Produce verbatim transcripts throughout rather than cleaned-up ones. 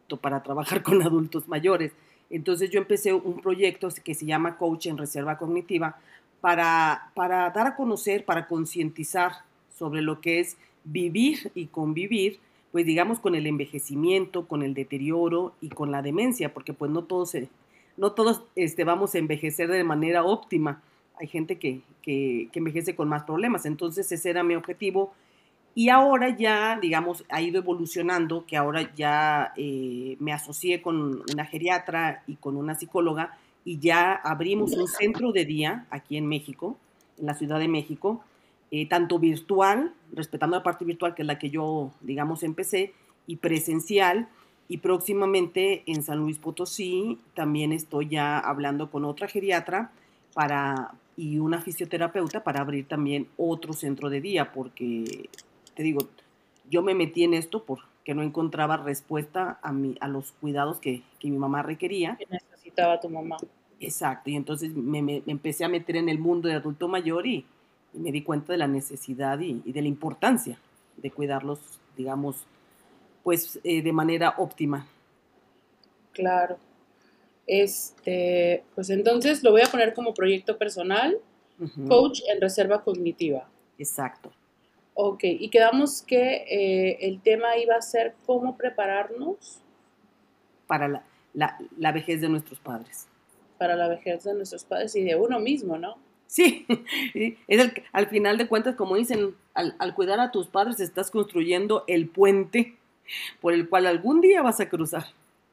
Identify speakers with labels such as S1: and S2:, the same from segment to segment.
S1: apto para trabajar con adultos mayores. Entonces yo empecé un proyecto que se llama Coach en Reserva Cognitiva para, para dar a conocer, para concientizar sobre lo que es vivir y convivir, pues digamos con el envejecimiento, con el deterioro y con la demencia, porque pues no todos, no todos este, vamos a envejecer de manera óptima. Hay gente que, que, que envejece con más problemas. Entonces ese era mi objetivo. Y ahora ya, digamos, ha ido evolucionando, que ahora ya eh, me asocié con una geriatra y con una psicóloga y ya abrimos un centro de día aquí en México, en la Ciudad de México, eh, tanto virtual, respetando la parte virtual que es la que yo, digamos, empecé, y presencial, y próximamente en San Luis Potosí también estoy ya hablando con otra geriatra para, y una fisioterapeuta para abrir también otro centro de día, porque te digo, yo me metí en esto porque no encontraba respuesta a, mi, a los cuidados que, que mi mamá requería.
S2: Que necesitaba tu mamá.
S1: Exacto, y entonces me, me, me empecé a meter en el mundo de adulto mayor y, y me di cuenta de la necesidad y, y de la importancia de cuidarlos, digamos, pues eh, de manera óptima.
S2: Claro. Este, pues entonces lo voy a poner como proyecto personal,
S1: Uh-huh.
S2: coach en reserva cognitiva.
S1: Exacto.
S2: Ok, y quedamos que eh, el tema iba a ser cómo prepararnos
S1: Para la, la, la vejez de nuestros padres.
S2: para la vejez de nuestros padres y de uno mismo, ¿no?
S1: Sí, es el, al final de cuentas, como dicen, al, al cuidar a tus padres estás construyendo el puente por el cual algún día vas a cruzar.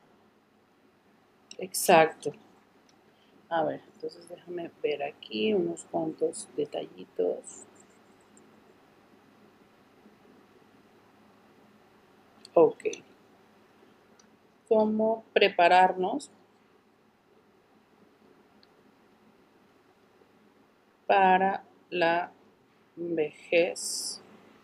S2: Exacto. A ver, entonces déjame ver aquí unos cuantos detallitos. Ok. ¿Cómo prepararnos para la vejez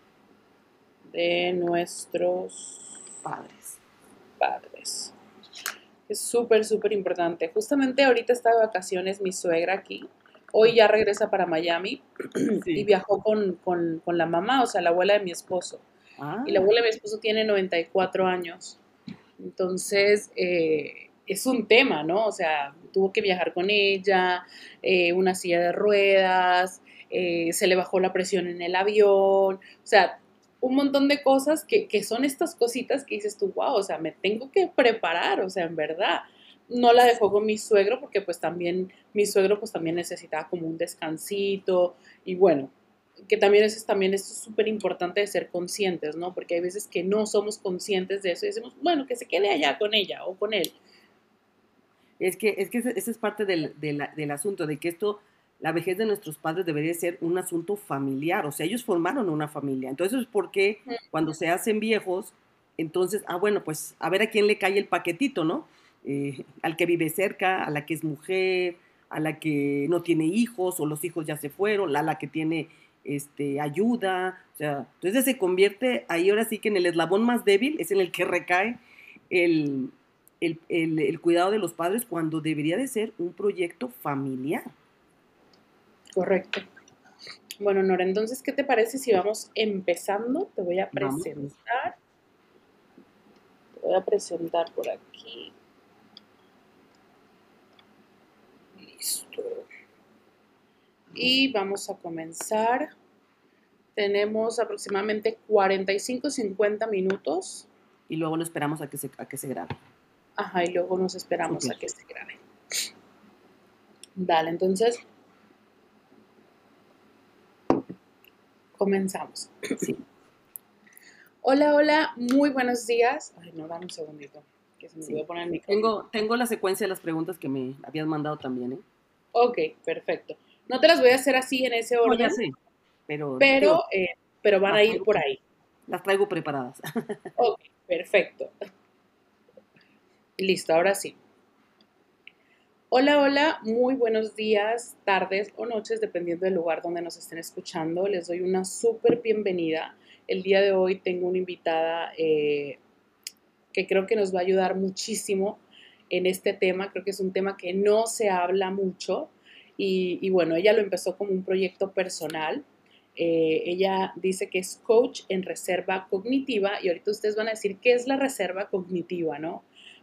S2: de nuestros
S1: Padres.
S2: padres? Es súper, súper importante. Justamente ahorita está de vacaciones mi suegra aquí. Hoy ya regresa para Miami y
S1: Sí.
S2: viajó con, con, con la mamá, o sea, la abuela de mi esposo. Y la
S1: Ah,
S2: abuela de mi esposo tiene noventa y cuatro años. Entonces, eh, es un tema, ¿no? O sea, tuvo que viajar con ella, eh, una silla de ruedas, eh, se le bajó la presión en el avión, o sea, un montón de cosas que, que son estas cositas que dices tú, wow, o sea, me tengo que preparar, o sea, en verdad. No la dejó con mi suegro porque pues también, mi suegro pues también necesitaba como un descansito y bueno, que también eso es también es súper importante de ser conscientes, ¿no? Porque hay veces que no somos conscientes de eso y decimos, bueno, que se quede allá con ella o con él.
S1: es que, es que ese, ese es parte del, del, del asunto, de que esto, la vejez de nuestros padres debería ser un asunto familiar, o sea, ellos formaron una familia. Entonces, ¿por qué cuando se hacen viejos, entonces, ah, bueno, pues a ver a quién le cae el paquetito, ¿no? Eh, al que vive cerca, a la que es mujer, a la que no tiene hijos o los hijos ya se fueron, a la que tiene este, ayuda, o sea, entonces se convierte ahí ahora sí que en el eslabón más débil es en el que recae el, el, el, el cuidado de los padres cuando debería de ser un proyecto familiar.
S2: Correcto. Bueno, Nora, entonces, ¿qué te parece si vamos empezando? Te voy a
S1: Vamos, pues.
S2: presentar. Te voy a presentar por aquí. Listo. Y vamos a comenzar. Tenemos aproximadamente cuarenta y cinco, cincuenta minutos.
S1: Y luego lo esperamos a que se, a que se grabe.
S2: Ajá, y luego nos esperamos
S1: Súper.
S2: a que se grabe. Dale, entonces comenzamos.
S1: Sí.
S2: Hola, hola, muy buenos días. Ay, no, dame un segundito, que se me olvidó
S1: Sí.
S2: poner el micrófono.
S1: Tengo, tengo la secuencia de las preguntas que me habías mandado también, ¿eh?
S2: Ok, perfecto. No te las voy a hacer así en ese
S1: No, ya
S2: orden,
S1: sé, pero digo,
S2: pero, eh, pero van a
S1: las
S2: ir
S1: traigo,
S2: por ahí.
S1: las traigo preparadas.
S2: Ok, perfecto. Listo, ahora sí. Hola, hola, muy buenos días, tardes o noches, dependiendo del lugar donde nos estén escuchando. Les doy una súper bienvenida. El día de hoy tengo una invitada eh, que creo que nos va a ayudar muchísimo en este tema. Creo que es un tema que no se habla mucho y, y bueno, ella lo empezó como un proyecto personal. Eh, ella dice que es coach en reserva cognitiva y ahorita ustedes van a decir qué es la reserva cognitiva, ¿no?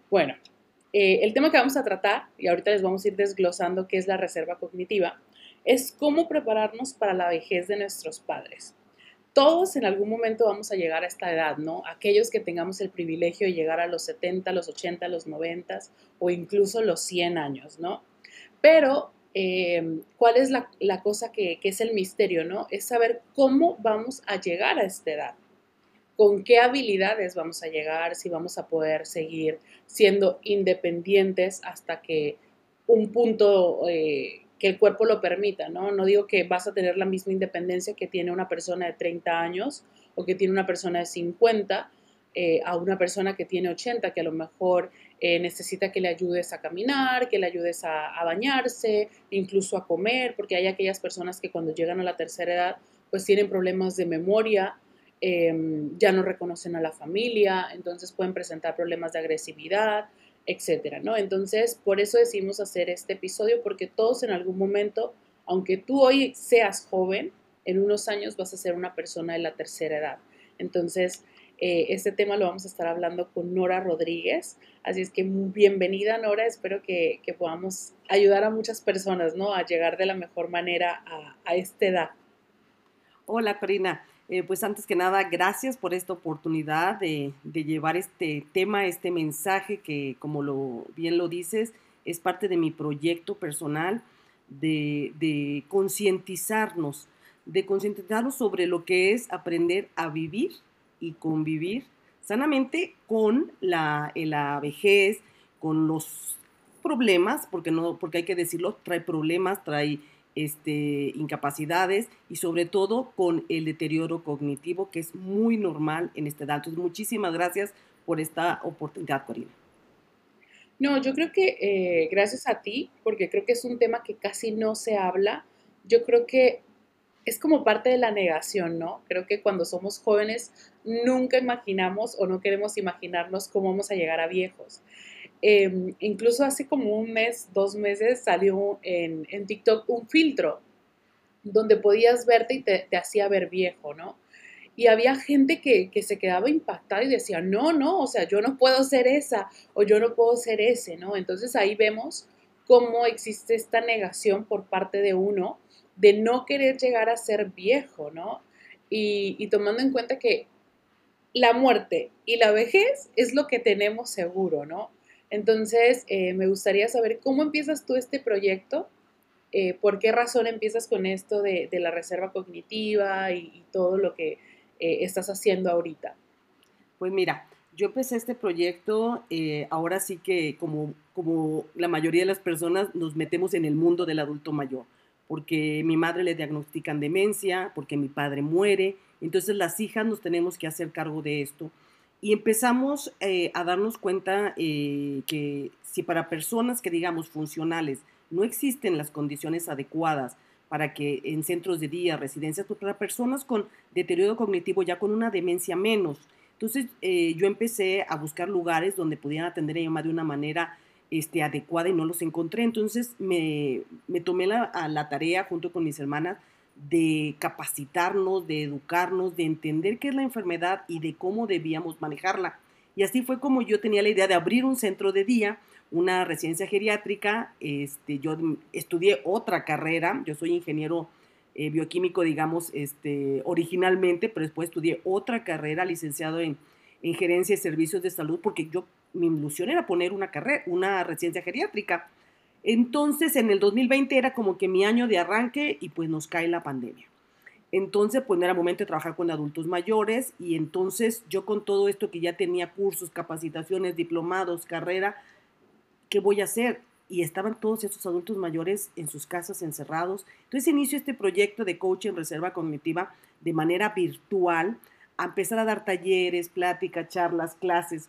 S2: Bueno, eh, el tema que vamos a tratar, y ahorita les vamos a ir desglosando qué es la reserva cognitiva, es cómo prepararnos para la vejez de nuestros padres. Todos en algún momento vamos a llegar a esta edad, ¿no? Aquellos que tengamos el privilegio de llegar a los setenta, los ochenta, los noventa o incluso los cien años, ¿no? Pero, eh, ¿cuál es la, la cosa que, que es el misterio, ¿no? Es saber cómo vamos a llegar a esta edad, con qué habilidades vamos a llegar, si vamos a poder seguir siendo independientes hasta que un punto eh, que el cuerpo lo permita, ¿no? No digo que vas a tener la misma independencia que tiene una persona de treinta años o que tiene una persona de cincuenta eh, a una persona que tiene ochenta, que a lo mejor eh, necesita que le ayudes a caminar, que le ayudes a, a bañarse, incluso a comer, porque hay aquellas personas que cuando llegan a la tercera edad pues tienen problemas de memoria, eh, ya no reconocen a la familia, entonces pueden presentar problemas de agresividad, etcétera, ¿no? Entonces, por eso decidimos hacer este episodio, porque todos en algún momento, aunque tú hoy seas joven, en unos años vas a ser una persona de la tercera edad. Entonces, eh, este tema lo vamos a estar hablando con Nora Rodríguez, así es que bienvenida, Nora, espero que, que podamos ayudar a muchas personas, ¿no? A llegar de la mejor manera a, a esta edad.
S1: Hola, Corina. Eh, pues antes que nada, gracias por esta oportunidad de, de llevar este tema, este mensaje que, como lo, bien lo dices, es parte de mi proyecto personal de, de concientizarnos, de concientizarnos sobre lo que es aprender a vivir y convivir sanamente con la, la vejez, con los problemas, porque, no, porque hay que decirlo, trae problemas, trae este, incapacidades y sobre todo con el deterioro cognitivo que es muy normal en esta edad. Entonces, muchísimas gracias por esta oportunidad, Corina.
S2: No, yo creo que eh, gracias a ti, porque creo que es un tema que casi no se habla, yo creo que es como parte de la negación, ¿no? Creo que cuando somos jóvenes nunca imaginamos o no queremos imaginarnos cómo vamos a llegar a viejos. Eh, incluso hace como un mes, dos meses, salió en, en TikTok un filtro donde podías verte y te, te hacía ver viejo, ¿no? Y había gente que, que se quedaba impactada y decía, no, no, o sea, yo no puedo ser esa o yo no puedo ser ese, ¿no? Entonces ahí vemos cómo existe esta negación por parte de uno de no querer llegar a ser viejo, ¿no? Y, y tomando en cuenta que la muerte y la vejez es lo que tenemos seguro, ¿no? Entonces, eh, me gustaría saber cómo empiezas tú este proyecto, eh, por qué razón empiezas con esto de, de la reserva cognitiva y, y todo lo que eh, estás haciendo ahorita.
S1: Pues mira, yo empecé este proyecto, eh, ahora sí que como, como la mayoría de las personas nos metemos en el mundo del adulto mayor, porque mi madre le diagnostican demencia, porque mi padre muere, entonces las hijas nos tenemos que hacer cargo de esto. Y empezamos eh, a darnos cuenta eh, que si para personas que digamos funcionales no existen las condiciones adecuadas para que en centros de día, residencias, pues para personas con deterioro cognitivo ya con una demencia menos, entonces eh, yo empecé a buscar lugares donde pudieran atender a mi mamá de una manera este, adecuada y no los encontré. Entonces me, me tomé la, a la tarea junto con mis hermanas de capacitarnos, de educarnos, de entender qué es la enfermedad y de cómo debíamos manejarla. Y así fue como yo tenía la idea de abrir un centro de día, una residencia geriátrica. Este, yo estudié otra carrera, yo soy ingeniero eh, bioquímico, digamos, este, originalmente, pero después estudié otra carrera, licenciado en, en gerencia de servicios de salud, porque yo, mi ilusión era poner una carrera, una residencia geriátrica. Entonces, en el dos mil veinte era como que mi año de arranque y pues nos cae la pandemia. Entonces, pues no era momento de trabajar con adultos mayores y entonces yo con todo esto que ya tenía cursos, capacitaciones, diplomados, carrera, ¿qué voy a hacer? Y estaban todos estos adultos mayores en sus casas encerrados. Entonces inicio este proyecto de coaching reserva cognitiva de manera virtual, a empezar a dar talleres, pláticas, charlas, clases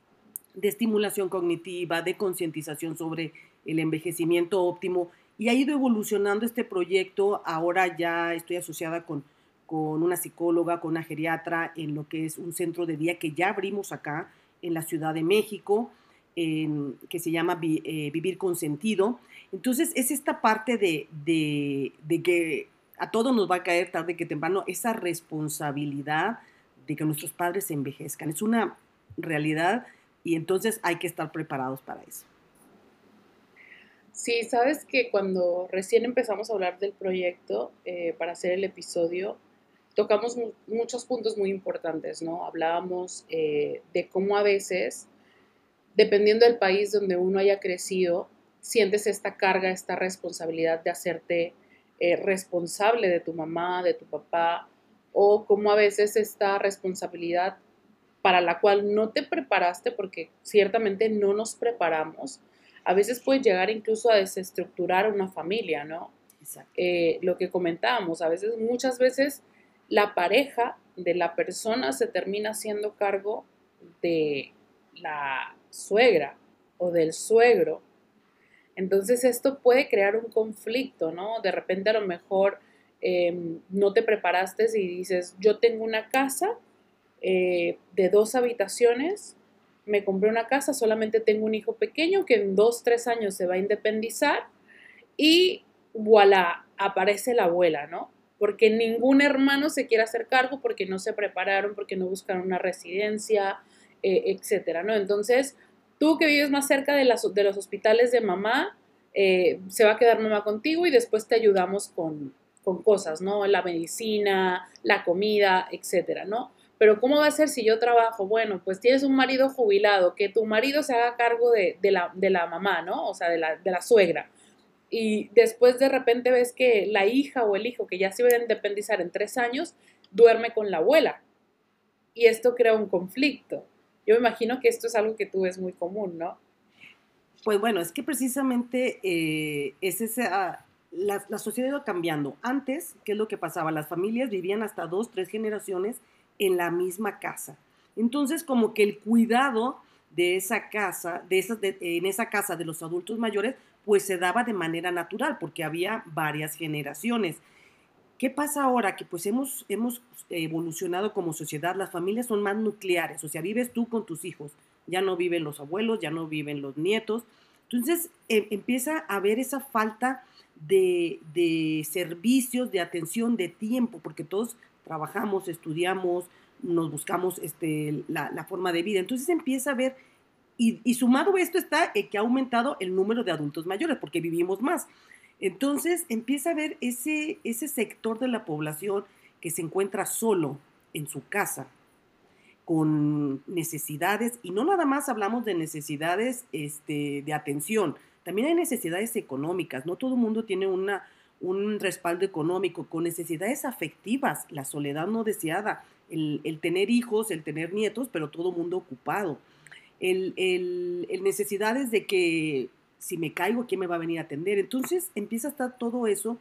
S1: de estimulación cognitiva, de concientización sobre el envejecimiento óptimo. Y ha ido evolucionando este proyecto. Ahora ya estoy asociada con, con una psicóloga, con una geriatra, en lo que es un centro de día que ya abrimos acá en la Ciudad de México, en, que se llama Vi, eh, Vivir con Sentido. Entonces es esta parte de, de, de que a todos nos va a caer tarde que temprano esa responsabilidad de que nuestros padres se envejezcan. Es una realidad Y entonces hay que estar preparados para eso.
S2: Sí, sabes que cuando recién empezamos a hablar del proyecto eh, para hacer el episodio, tocamos mu muchos puntos muy importantes, ¿no? Hablábamos eh, de cómo a veces, dependiendo del país donde uno haya crecido, sientes esta carga, esta responsabilidad de hacerte eh, responsable de tu mamá, de tu papá, o cómo a veces esta responsabilidad para la cual no te preparaste, porque ciertamente no nos preparamos, a veces puede llegar incluso a desestructurar una familia, ¿no?
S1: Exacto.
S2: Eh, lo que comentábamos, a veces, muchas veces, la pareja de la persona se termina haciendo cargo de la suegra o del suegro. Entonces esto puede crear un conflicto, ¿no? De repente a lo mejor eh, no te preparaste y dices, yo tengo una casa eh, de dos habitaciones, me compré una casa, solamente tengo un hijo pequeño que en dos, tres años se va a independizar y voilà, aparece la abuela, ¿no? Porque ningún hermano se quiere hacer cargo, porque no se prepararon, porque no buscaron una residencia, eh, etcétera, ¿no? Entonces, tú que vives más cerca de, las, de los hospitales de mamá, eh, se va a quedar mamá contigo y después te ayudamos con, con cosas, ¿no? La medicina, la comida, etcétera, ¿no? Pero ¿cómo va a ser si yo trabajo? Bueno, pues tienes un marido jubilado, que tu marido se haga cargo de, de, la, de la mamá, ¿no? O sea, de la, de la suegra. Y después de repente ves que la hija o el hijo que ya se iba a independizar en tres años, duerme con la abuela. Y esto crea un conflicto. Yo me imagino que esto es algo que tú ves muy común, ¿no?
S1: Pues bueno, es que precisamente eh, es esa, la, la sociedad iba cambiando. Antes, ¿qué es lo que pasaba? Las familias vivían hasta dos, tres generaciones en la misma casa. Entonces, como que el cuidado de esa casa, de esas, de, en esa casa de los adultos mayores, pues se daba de manera natural, porque había varias generaciones. ¿Qué pasa ahora? Que pues hemos, hemos evolucionado como sociedad, las familias son más nucleares, o sea, vives tú con tus hijos, ya no viven los abuelos, ya no viven los nietos. Entonces eh, empieza a haber esa falta de, de servicios, de atención, de tiempo, porque todos trabajamos, estudiamos, nos buscamos este, la, la forma de vida. Entonces empieza a haber, y, y sumado a esto está eh, que ha aumentado el número de adultos mayores, porque vivimos más. Entonces empieza a haber ese, ese sector de la población que se encuentra solo en su casa, con necesidades, y no nada más hablamos de necesidades este, de atención, también hay necesidades económicas, no todo el mundo tiene una, un respaldo económico, con necesidades afectivas, la soledad no deseada, el, el tener hijos, el tener nietos, pero todo el mundo ocupado, el, el, el necesidades de que si me caigo, ¿quién me va a venir a atender? Entonces empieza a estar todo eso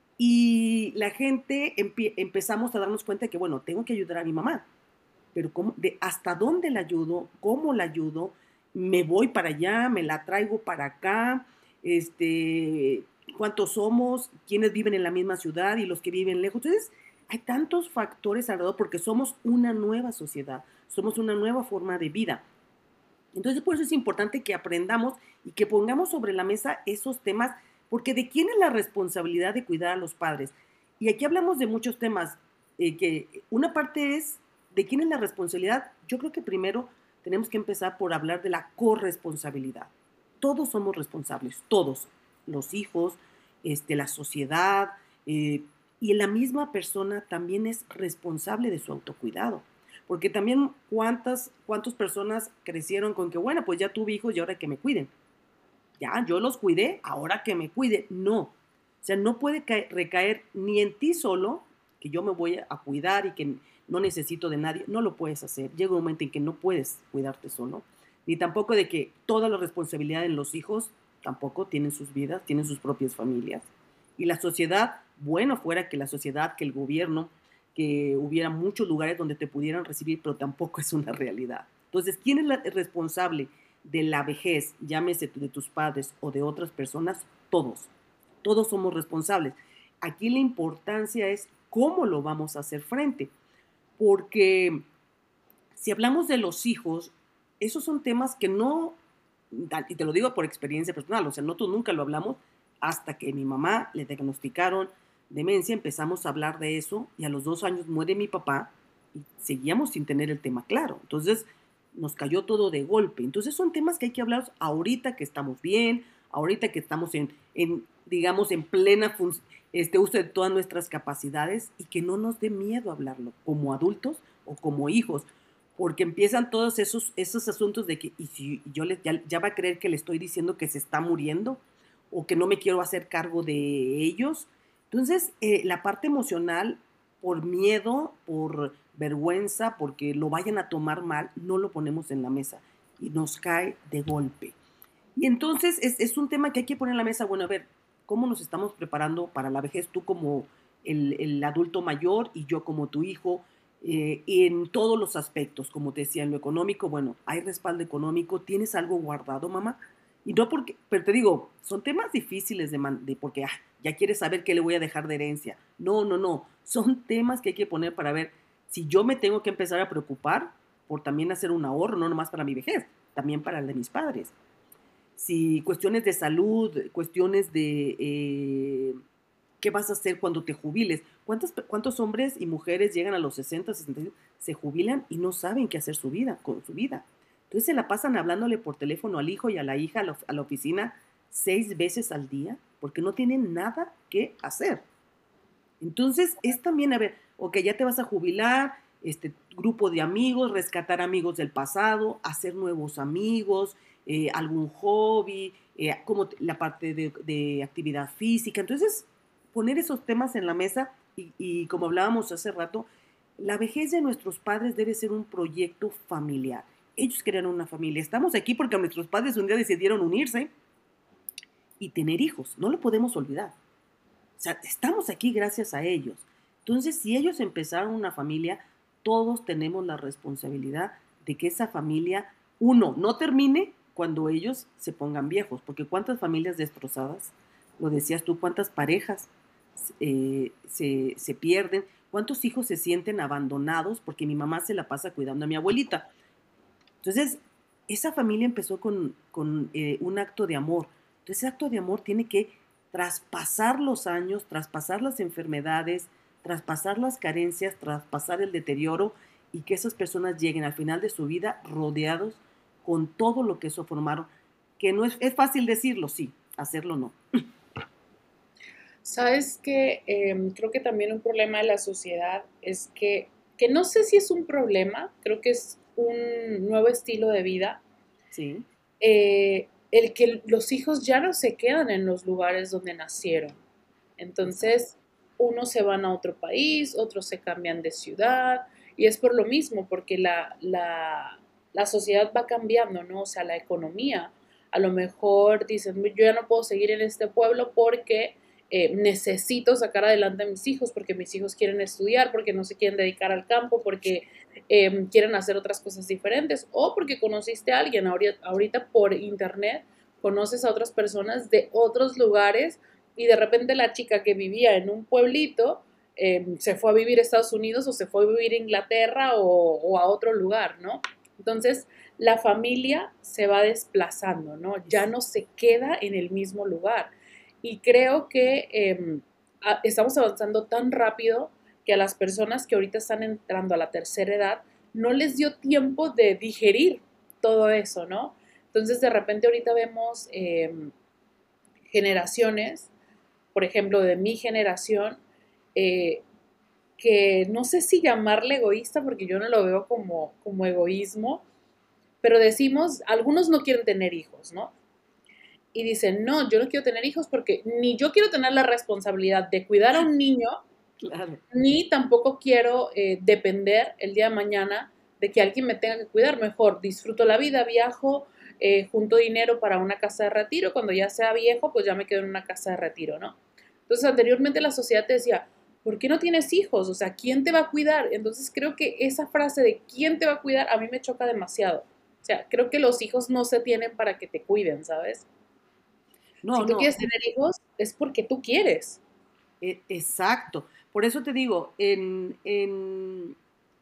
S1: y la gente empie, empezamos a darnos cuenta de que, bueno, tengo que ayudar a mi mamá, pero ¿cómo, de hasta dónde la ayudo? ¿Cómo la ayudo? ¿Me voy para allá? ¿Me la traigo para acá? Este, ¿cuántos somos? ¿Quiénes viven en la misma ciudad y los que viven lejos? Entonces, hay tantos factores alrededor porque somos una nueva sociedad, somos una nueva forma de vida. Entonces, por eso es importante que aprendamos y que pongamos sobre la mesa esos temas, porque ¿de quién es la responsabilidad de cuidar a los padres? Y aquí hablamos de muchos temas, eh, que una parte es de quién es la responsabilidad. Yo creo que primero tenemos que empezar por hablar de la corresponsabilidad. Todos somos responsables, todos, los hijos, este, la sociedad, eh, y la misma persona también es responsable de su autocuidado. Porque también cuántas, cuántas personas crecieron con que, bueno, pues ya tuve hijos y ahora que me cuiden. Ya, yo los cuidé, ahora que me cuide. No. O sea, no puede caer, recaer ni en ti solo, que yo me voy a cuidar y que no necesito de nadie. No lo puedes hacer. Llega un momento en que no puedes cuidarte solo. Ni tampoco de que toda la responsabilidad en los hijos tampoco tienen sus vidas, tienen sus propias familias. Y la sociedad, bueno, fuera que la sociedad, que el gobierno, que hubiera muchos lugares donde te pudieran recibir, pero tampoco es una realidad. Entonces, ¿quién es la, el responsable de la vejez, llámese de tus padres o de otras personas? Todos. Todos somos responsables. Aquí la importancia es cómo lo vamos a hacer frente. Porque si hablamos de los hijos, esos son temas que no, y te lo digo por experiencia personal, o sea, nosotros nunca lo hablamos hasta que mi mamá le diagnosticaron demencia, empezamos a hablar de eso y a los dos años muere mi papá y seguíamos sin tener el tema claro. Entonces, nos cayó todo de golpe. Entonces son temas que hay que hablar ahorita que estamos bien, ahorita que estamos en, en digamos, en plena este, uso de todas nuestras capacidades y que no nos dé miedo hablarlo como adultos o como hijos, porque empiezan todos esos, esos asuntos de que, y si yo le, ya, ya va a creer que le estoy diciendo que se está muriendo o que no me quiero hacer cargo de ellos. Entonces, eh, la parte emocional, por miedo, por vergüenza, porque lo vayan a tomar mal, no lo ponemos en la mesa y nos cae de golpe. Y entonces es, es un tema que hay que poner en la mesa, bueno, a ver, ¿cómo nos estamos preparando para la vejez? Tú como el, el adulto mayor y yo como tu hijo, eh, en todos los aspectos, como te decía, en lo económico, bueno, hay respaldo económico, ¿tienes algo guardado, mamá? Y no porque, pero te digo, son temas difíciles de, man, de porque ah, ya quieres saber qué le voy a dejar de herencia. No, no, no, son temas que hay que poner para ver si yo me tengo que empezar a preocupar por también hacer un ahorro, no nomás para mi vejez, también para el de mis padres. Si cuestiones de salud, cuestiones de eh, qué vas a hacer cuando te jubiles. ¿Cuántos, ¿Cuántos hombres y mujeres llegan a los sesenta, sesenta, se jubilan y no saben qué hacer su vida, con su vida? Entonces se la pasan hablándole por teléfono al hijo y a la hija a la, a la oficina seis veces al día porque no tienen nada que hacer. Entonces es también, a ver, ok, ya te vas a jubilar, este grupo de amigos, rescatar amigos del pasado, hacer nuevos amigos, eh, algún hobby, eh, como la parte de, de actividad física. Entonces, poner esos temas en la mesa y, y como hablábamos hace rato, la vejez de nuestros padres debe ser un proyecto familiar. Ellos crearon una familia. Estamos aquí porque nuestros padres un día decidieron unirse y tener hijos. No lo podemos olvidar. O sea, estamos aquí gracias a ellos. Entonces, si ellos empezaron una familia, todos tenemos la responsabilidad de que esa familia, uno, no termine cuando ellos se pongan viejos, porque cuántas familias destrozadas, lo decías tú, cuántas parejas eh, se, se pierden, cuántos hijos se sienten abandonados porque mi mamá se la pasa cuidando a mi abuelita. Entonces, esa familia empezó con, con eh, un acto de amor. Entonces, ese acto de amor tiene que traspasar los años, traspasar las enfermedades, traspasar las carencias, traspasar el deterioro y que esas personas lleguen al final de su vida rodeados con todo lo que eso formaron, que no es, es fácil decirlo, sí, hacerlo no.
S2: Sabes que eh, creo que también un problema de la sociedad es que, que no sé si es un problema, creo que es un nuevo estilo de vida.
S1: Sí.
S2: Eh, el que los hijos ya no se quedan en los lugares donde nacieron. Entonces, unos se van a otro país, otros se cambian de ciudad, y es por lo mismo, porque la, la, la sociedad va cambiando, ¿no? O sea, la economía. A lo mejor dicen, yo ya no puedo seguir en este pueblo porque eh, necesito sacar adelante a mis hijos, porque mis hijos quieren estudiar, porque no se quieren dedicar al campo, porque eh, quieren hacer otras cosas diferentes, o porque conociste a alguien ahorita, ahorita por internet, conoces a otras personas de otros lugares y de repente la chica que vivía en un pueblito eh, se fue a vivir a Estados Unidos o se fue a vivir a Inglaterra o, o a otro lugar, ¿no? Entonces, la familia se va desplazando, ¿no? Ya no se queda en el mismo lugar. Y creo que eh, a, estamos avanzando tan rápido que a las personas que ahorita están entrando a la tercera edad no les dio tiempo de digerir todo eso, ¿no? Entonces, de repente ahorita vemos eh, generaciones, por ejemplo, de mi generación, eh, que no sé si llamarle egoísta, porque yo no lo veo como, como egoísmo, pero decimos, algunos no quieren tener hijos, ¿no? Y dicen, no, yo no quiero tener hijos porque ni yo quiero tener la responsabilidad de cuidar a un niño,
S1: Claro.
S2: ni tampoco quiero eh, depender el día de mañana de que alguien me tenga que cuidar. Mejor disfruto la vida, viajo, eh, junto dinero para una casa de retiro. Cuando ya sea viejo, pues ya me quedo en una casa de retiro, ¿no? Entonces, anteriormente la sociedad te decía, ¿por qué no tienes hijos? O sea, ¿quién te va a cuidar? Entonces, creo que esa frase de ¿quién te va a cuidar? A mí me choca demasiado. O sea, creo que los hijos no se tienen para que te cuiden, ¿sabes? Si
S1: No,
S2: tú
S1: no,
S2: quieres tener hijos, es porque tú quieres.
S1: e- exacto. Por eso te digo, en, en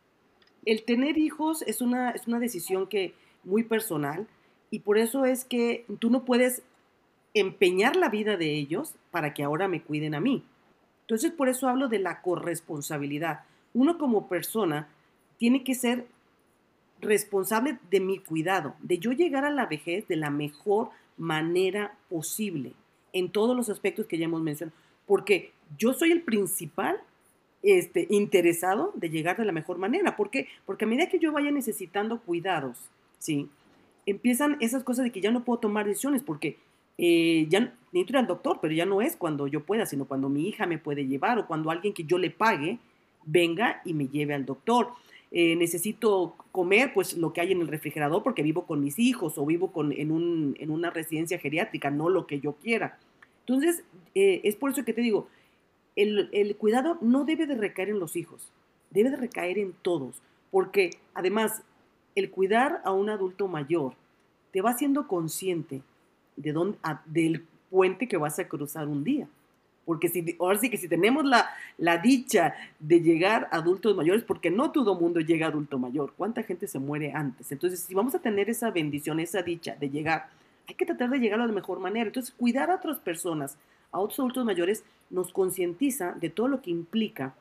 S1: el tener hijos es una, es una decisión que muy personal y por eso es que tú no puedes empeñar la vida de ellos para que ahora me cuiden a mí. Entonces, por eso hablo de la corresponsabilidad. Uno como persona tiene que ser responsable de mi cuidado, de yo llegar a la vejez de la mejor manera posible, en todos los aspectos que ya hemos mencionado, porque yo soy el principal este, interesado de llegar de la mejor manera. ¿Por qué? Porque a medida que yo vaya necesitando cuidados, ¿sí? Empiezan esas cosas de que ya no puedo tomar decisiones, porque eh, ya necesito ir al doctor, pero ya no es cuando yo pueda, sino cuando mi hija me puede llevar o cuando alguien que yo le pague venga y me lleve al doctor. Eh, necesito comer pues lo que hay en el refrigerador porque vivo con mis hijos o vivo con, en, un, en una residencia geriátrica, no lo que yo quiera. Entonces, eh, es por eso que te digo, el, el cuidado no debe de recaer en los hijos, debe de recaer en todos, porque además el cuidar a un adulto mayor te va haciendo consciente de dónde, a, del puente que vas a cruzar un día. Porque si, ahora sí que si tenemos la, la dicha de llegar a adultos mayores, porque no todo mundo llega a adulto mayor, ¿cuánta gente se muere antes? Entonces, si vamos a tener esa bendición, esa dicha de llegar, hay que tratar de llegar a la mejor manera. Entonces, cuidar a otras personas, a otros adultos mayores, nos concientiza de todo lo que implica,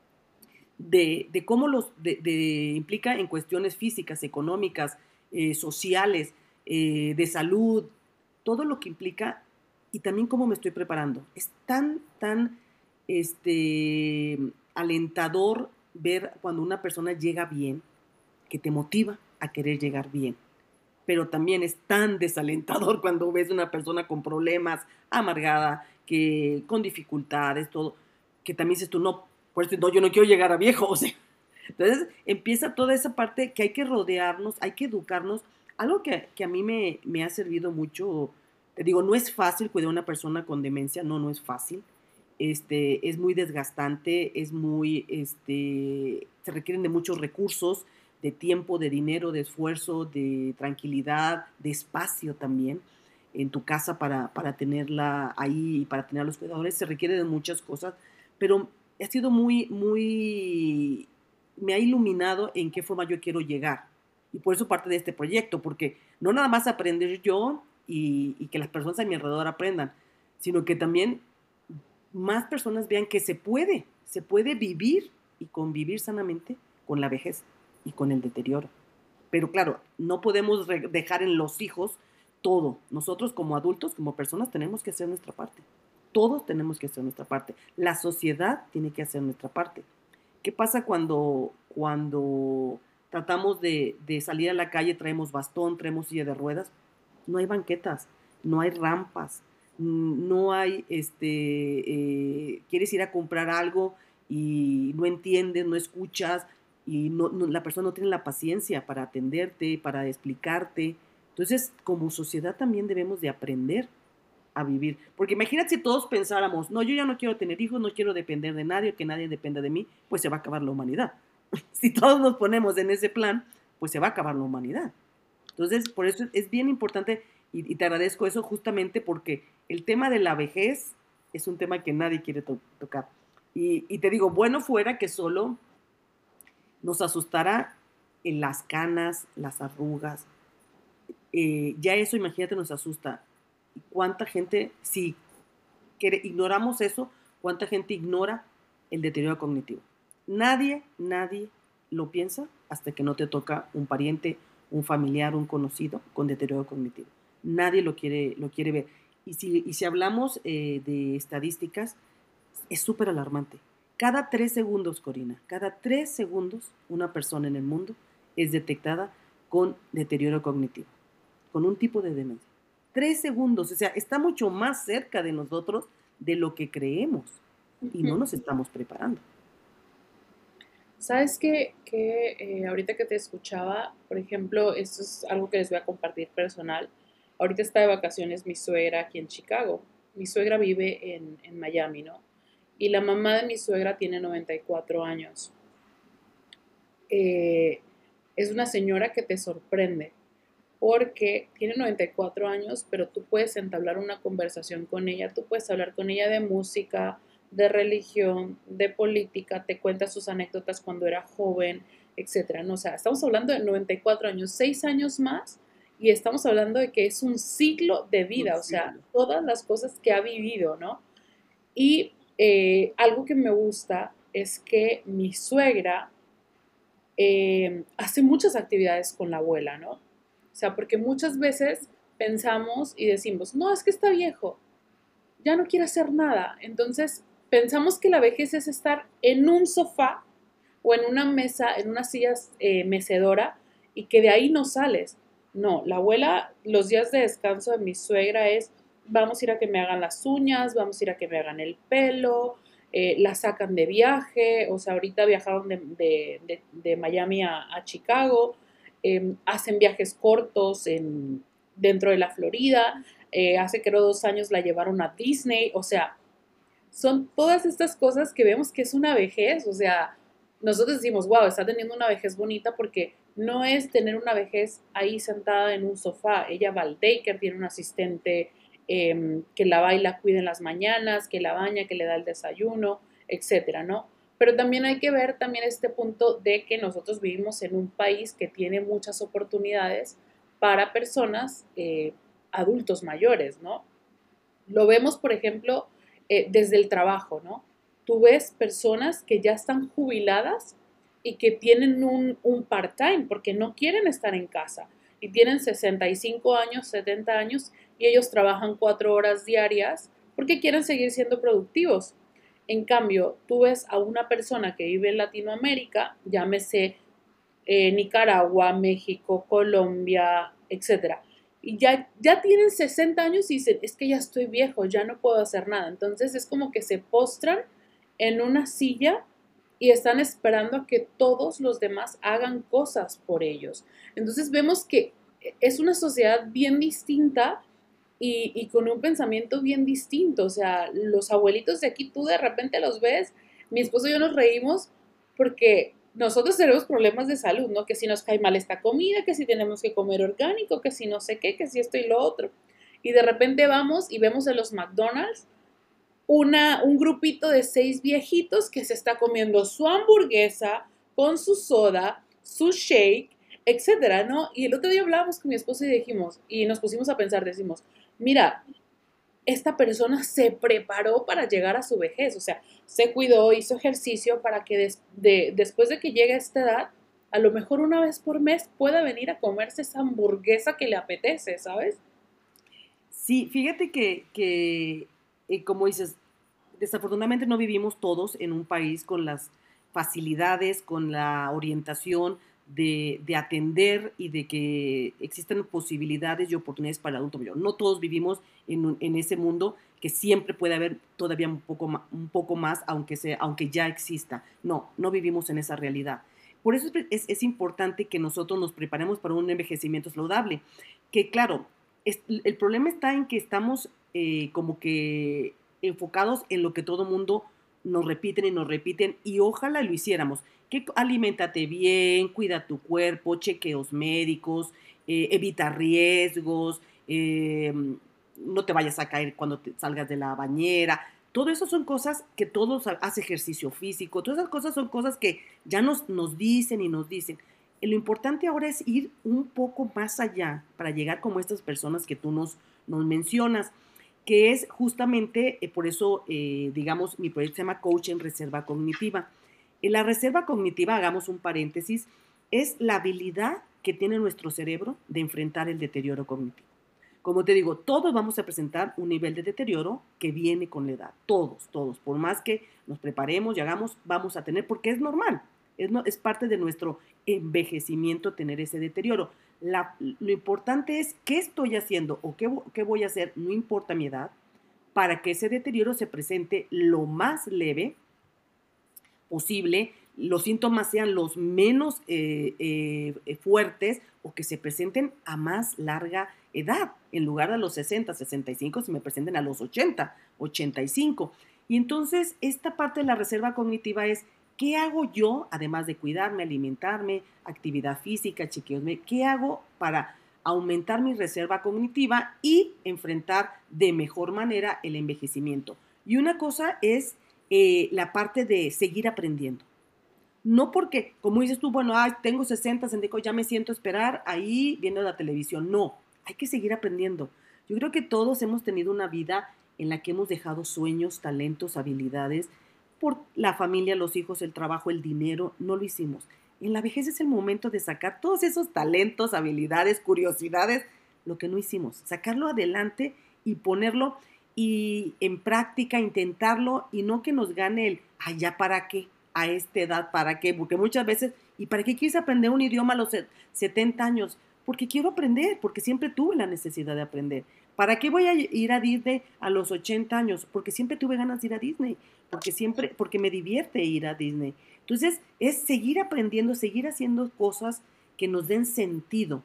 S1: de, de cómo los, de, de, implica en cuestiones físicas, económicas, eh, sociales, eh, de salud, todo lo que implica y también cómo me estoy preparando. Es tan, tan este, alentador ver cuando una persona llega bien, que te motiva a querer llegar bien. Pero también es tan desalentador cuando ves una persona con problemas, amargada, que, con dificultades, todo, que también dices tú, no, pues no, yo no quiero llegar a viejo, o sea. Entonces empieza toda esa parte que hay que rodearnos, hay que educarnos. Algo que, que a mí me, me ha servido mucho, te digo, no es fácil cuidar a una persona con demencia, no, no es fácil. Este, es muy desgastante, es muy, este, se requieren de muchos recursos, de tiempo, de dinero, de esfuerzo, de tranquilidad, de espacio también en tu casa para, para tenerla ahí y para tener a los cuidadores. Se requiere de muchas cosas, pero ha sido muy, muy, me ha iluminado en qué forma yo quiero llegar. Y por eso parte de este proyecto, porque no nada más aprender yo y, y que las personas a mi alrededor aprendan, sino que también más personas vean que se puede, se puede vivir y convivir sanamente con la vejez y con el deterioro. Pero claro, no podemos dejar en los hijos todo. Nosotros como adultos, como personas, tenemos que hacer nuestra parte. Todos tenemos que hacer nuestra parte. La sociedad tiene que hacer nuestra parte. ¿Qué pasa cuando, cuando tratamos de, de salir a la calle, traemos bastón, traemos silla de ruedas? No hay banquetas, no hay rampas, no hay, este, eh, quieres ir a comprar algo y no entiendes, no escuchas y no, no, la persona no tiene la paciencia para atenderte, para explicarte. Entonces, como sociedad también debemos de aprender a vivir. Porque imagínate si todos pensáramos, no, yo ya no quiero tener hijos, no quiero depender de nadie, que nadie dependa de mí, pues se va a acabar la humanidad. Si todos nos ponemos en ese plan, pues se va a acabar la humanidad. Entonces, por eso es bien importante y, y te agradezco eso justamente porque el tema de la vejez es un tema que nadie quiere to tocar. Y, y te digo, bueno fuera que solo nos asustara en las canas, las arrugas. Eh, ya eso, imagínate, nos asusta. ¿Cuánta gente, si ignoramos eso, cuánta gente ignora el deterioro cognitivo? Nadie, nadie lo piensa hasta que no te toca un pariente, un familiar, un conocido con deterioro cognitivo. Nadie lo quiere, lo quiere ver. Y si, y si hablamos eh, de estadísticas, es súper alarmante. Cada tres segundos, Corina, cada tres segundos una persona en el mundo es detectada con deterioro cognitivo, con un tipo de demencia. Tres segundos, o sea, está mucho más cerca de nosotros de lo que creemos y no nos estamos preparando.
S2: ¿Sabes qué? Que eh, ahorita que te escuchaba, por ejemplo, esto es algo que les voy a compartir personal. Ahorita está de vacaciones mi suegra aquí en Chicago. Mi suegra vive en, en Miami, ¿no? Y la mamá de mi suegra tiene noventa y cuatro años. Eh, es una señora que te sorprende porque tiene noventa y cuatro años, pero tú puedes entablar una conversación con ella, tú puedes hablar con ella de música, de religión, de política, te cuenta sus anécdotas cuando era joven, etcétera. No, o sea, estamos hablando de noventa y cuatro años, seis años más, y estamos hablando de que es un ciclo de vida, o sea, todas las cosas que ha vivido, ¿no? Y eh, algo que me gusta es que mi suegra eh, hace muchas actividades con la abuela, ¿no? O sea, porque muchas veces pensamos y decimos, no, es que está viejo, ya no quiere hacer nada. Entonces, pensamos que la vejez es estar en un sofá o en una mesa, en una silla eh, mecedora y que de ahí no sales. No, la abuela, los días de descanso de mi suegra es, vamos a ir a que me hagan las uñas, vamos a ir a que me hagan el pelo, eh, la sacan de viaje, o sea, ahorita viajaron de, de, de, de Miami a, a Chicago, eh, hacen viajes cortos en, dentro de la Florida, eh, hace creo dos años la llevaron a Disney, o sea, son todas estas cosas que vemos que es una vejez, o sea, nosotros decimos, wow, está teniendo una vejez bonita porque no es tener una vejez ahí sentada en un sofá. Ella va al daycare, tiene un asistente eh, que la va y la cuida en las mañanas, que la baña, que le da el desayuno, etcétera, ¿no? Pero también hay que ver también este punto de que nosotros vivimos en un país que tiene muchas oportunidades para personas eh, adultos mayores, ¿no? Lo vemos, por ejemplo, eh, desde el trabajo, ¿no? Tú ves personas que ya están jubiladas y que tienen un, un part-time porque no quieren estar en casa y tienen sesenta y cinco años, setenta años y ellos trabajan cuatro horas diarias porque quieren seguir siendo productivos. En cambio, tú ves a una persona que vive en Latinoamérica, llámese eh, Nicaragua, México, Colombia, etcétera. Y ya, ya tienen sesenta años y dicen, es que ya estoy viejo, ya no puedo hacer nada. Entonces es como que se postran en una silla y están esperando a que todos los demás hagan cosas por ellos. Entonces vemos que es una sociedad bien distinta y, y con un pensamiento bien distinto. O sea, los abuelitos de aquí tú de repente los ves, mi esposo y yo nos reímos porque nosotros tenemos problemas de salud, ¿no? Que si nos cae mal esta comida, que si tenemos que comer orgánico, que si no sé qué, que si esto y lo otro. Y de repente vamos y vemos en los McDonald's una, un grupito de seis viejitos que se está comiendo su hamburguesa con su soda, su shake, etcétera, ¿no? Y el otro día hablábamos con mi esposo y dijimos, y nos pusimos a pensar, decimos, mira, esta persona se preparó para llegar a su vejez, o sea, se cuidó, hizo ejercicio para que des, de, después de que llegue a esta edad, a lo mejor una vez por mes pueda venir a comerse esa hamburguesa que le apetece, ¿sabes?
S1: Sí, fíjate que, que eh, como dices, desafortunadamente no vivimos todos en un país con las facilidades, con la orientación de, de atender y de que existan posibilidades y oportunidades para el adulto mayor. No todos vivimos en, un- en ese mundo que siempre puede haber todavía un poco, ma- un poco más, aunque, sea, aunque ya exista. No, no vivimos en esa realidad. Por eso es, es- es importante que nosotros nos preparemos para un envejecimiento saludable. Que claro, es- el problema está en que estamos eh, como que enfocados en lo que todo mundo nos repiten y nos repiten y ojalá lo hiciéramos. Que aliméntate bien, cuida tu cuerpo, chequeos médicos, eh, evita riesgos, eh, no te vayas a caer cuando te salgas de la bañera. Todo eso son cosas que todos hace ejercicio físico, todas esas cosas son cosas que ya nos, nos dicen y nos dicen. Lo importante ahora es ir un poco más allá para llegar como estas personas que tú nos, nos mencionas, que es justamente, eh, por eso, eh, digamos, mi proyecto se llama Coach en Reserva Cognitiva. En la reserva cognitiva, hagamos un paréntesis, es la habilidad que tiene nuestro cerebro de enfrentar el deterioro cognitivo. Como te digo, todos vamos a presentar un nivel de deterioro que viene con la edad. Todos, todos. Por más que nos preparemos y hagamos, vamos a tener, porque es normal. Es, no, es parte de nuestro envejecimiento tener ese deterioro. La, lo importante es qué estoy haciendo o qué, qué voy a hacer, no importa mi edad, para que ese deterioro se presente lo más leve posible, los síntomas sean los menos eh, eh, fuertes o que se presenten a más larga edad. En lugar de a los sesenta, sesenta y cinco, se me presenten a los ochenta, ochenta y cinco. Y entonces esta parte de la reserva cognitiva es, ¿qué hago yo, además de cuidarme, alimentarme, actividad física, chequeos, qué hago para aumentar mi reserva cognitiva y enfrentar de mejor manera el envejecimiento? Y una cosa es eh, la parte de seguir aprendiendo. No porque, como dices tú, bueno, ay, tengo sesenta, sesenta y cinco, ya me siento a esperar ahí viendo la televisión. No, hay que seguir aprendiendo. Yo creo que todos hemos tenido una vida en la que hemos dejado sueños, talentos, habilidades, por la familia, los hijos, el trabajo, el dinero, no lo hicimos. En la vejez es el momento de sacar todos esos talentos, habilidades, curiosidades, lo que no hicimos, sacarlo adelante y ponerlo y en práctica, intentarlo y no que nos gane el, ay, ya para qué, a esta edad, para qué, porque muchas veces, ¿y para qué quieres aprender un idioma a los setenta años? Porque quiero aprender, porque siempre tuve la necesidad de aprender. ¿Para qué voy a ir a Disney a los ochenta años? Porque siempre tuve ganas de ir a Disney, porque siempre, porque me divierte ir a Disney. Entonces, es seguir aprendiendo, seguir haciendo cosas que nos den sentido,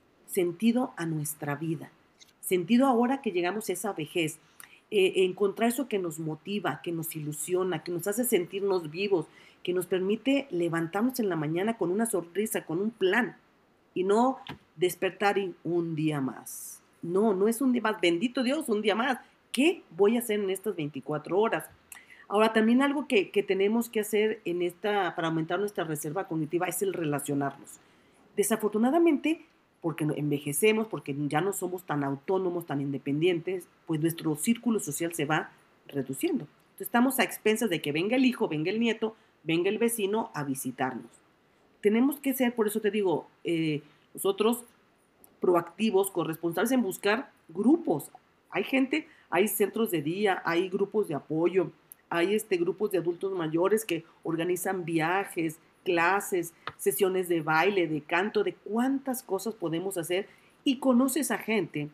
S1: sentido a nuestra vida, sentido ahora que llegamos a esa vejez, eh, encontrar eso que nos motiva, que nos ilusiona, que nos hace sentirnos vivos, que nos permite levantarnos en la mañana con una sonrisa, con un plan, y no despertar y un día más. No, no es un día más, bendito Dios, un día más. ¿Qué voy a hacer en estas veinticuatro horas? Ahora, también algo que, que tenemos que hacer en esta, para aumentar nuestra reserva cognitiva es el relacionarnos. Desafortunadamente, porque envejecemos, porque ya no somos tan autónomos, tan independientes, pues nuestro círculo social se va reduciendo. Entonces estamos a expensas de que venga el hijo, venga el nieto, venga el vecino a visitarnos. Tenemos que ser, por eso te digo, eh, nosotros proactivos, corresponsables en buscar grupos. Hay gente, hay centros de día, hay grupos de apoyo, hay este, grupos de adultos mayores que organizan viajes, clases, sesiones de baile, de canto, de cuántas cosas podemos hacer y conoces a gente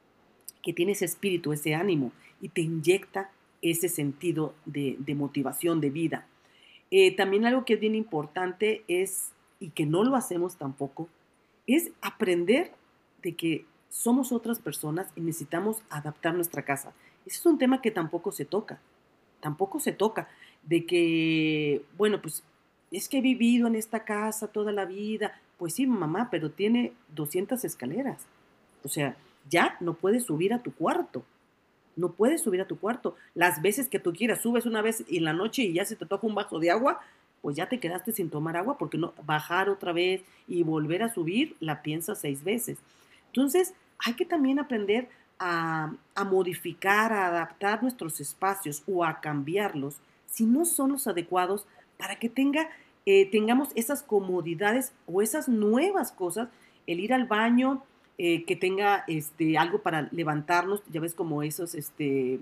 S1: que tiene ese espíritu, ese ánimo y te inyecta ese sentido de, de motivación, de vida. Eh, también algo que es bien importante es, y que no lo hacemos tampoco, es aprender de que somos otras personas y necesitamos adaptar nuestra casa. Ese es un tema que tampoco se toca, tampoco se toca, de que, bueno, pues es que he vivido en esta casa toda la vida. Pues sí, mamá, pero tiene doscientas escaleras. O sea, ya no puedes subir a tu cuarto. No puedes subir a tu cuarto. Las veces que tú quieras, subes una vez en la noche y ya se te toca un vaso de agua, pues ya te quedaste sin tomar agua porque no bajar otra vez y volver a subir la piensas seis veces. Entonces, hay que también aprender a, a modificar, a adaptar nuestros espacios o a cambiarlos si no son los adecuados para que tenga, eh, tengamos esas comodidades o esas nuevas cosas, el ir al baño, eh, que tenga este, algo para levantarnos, ya ves como esos este,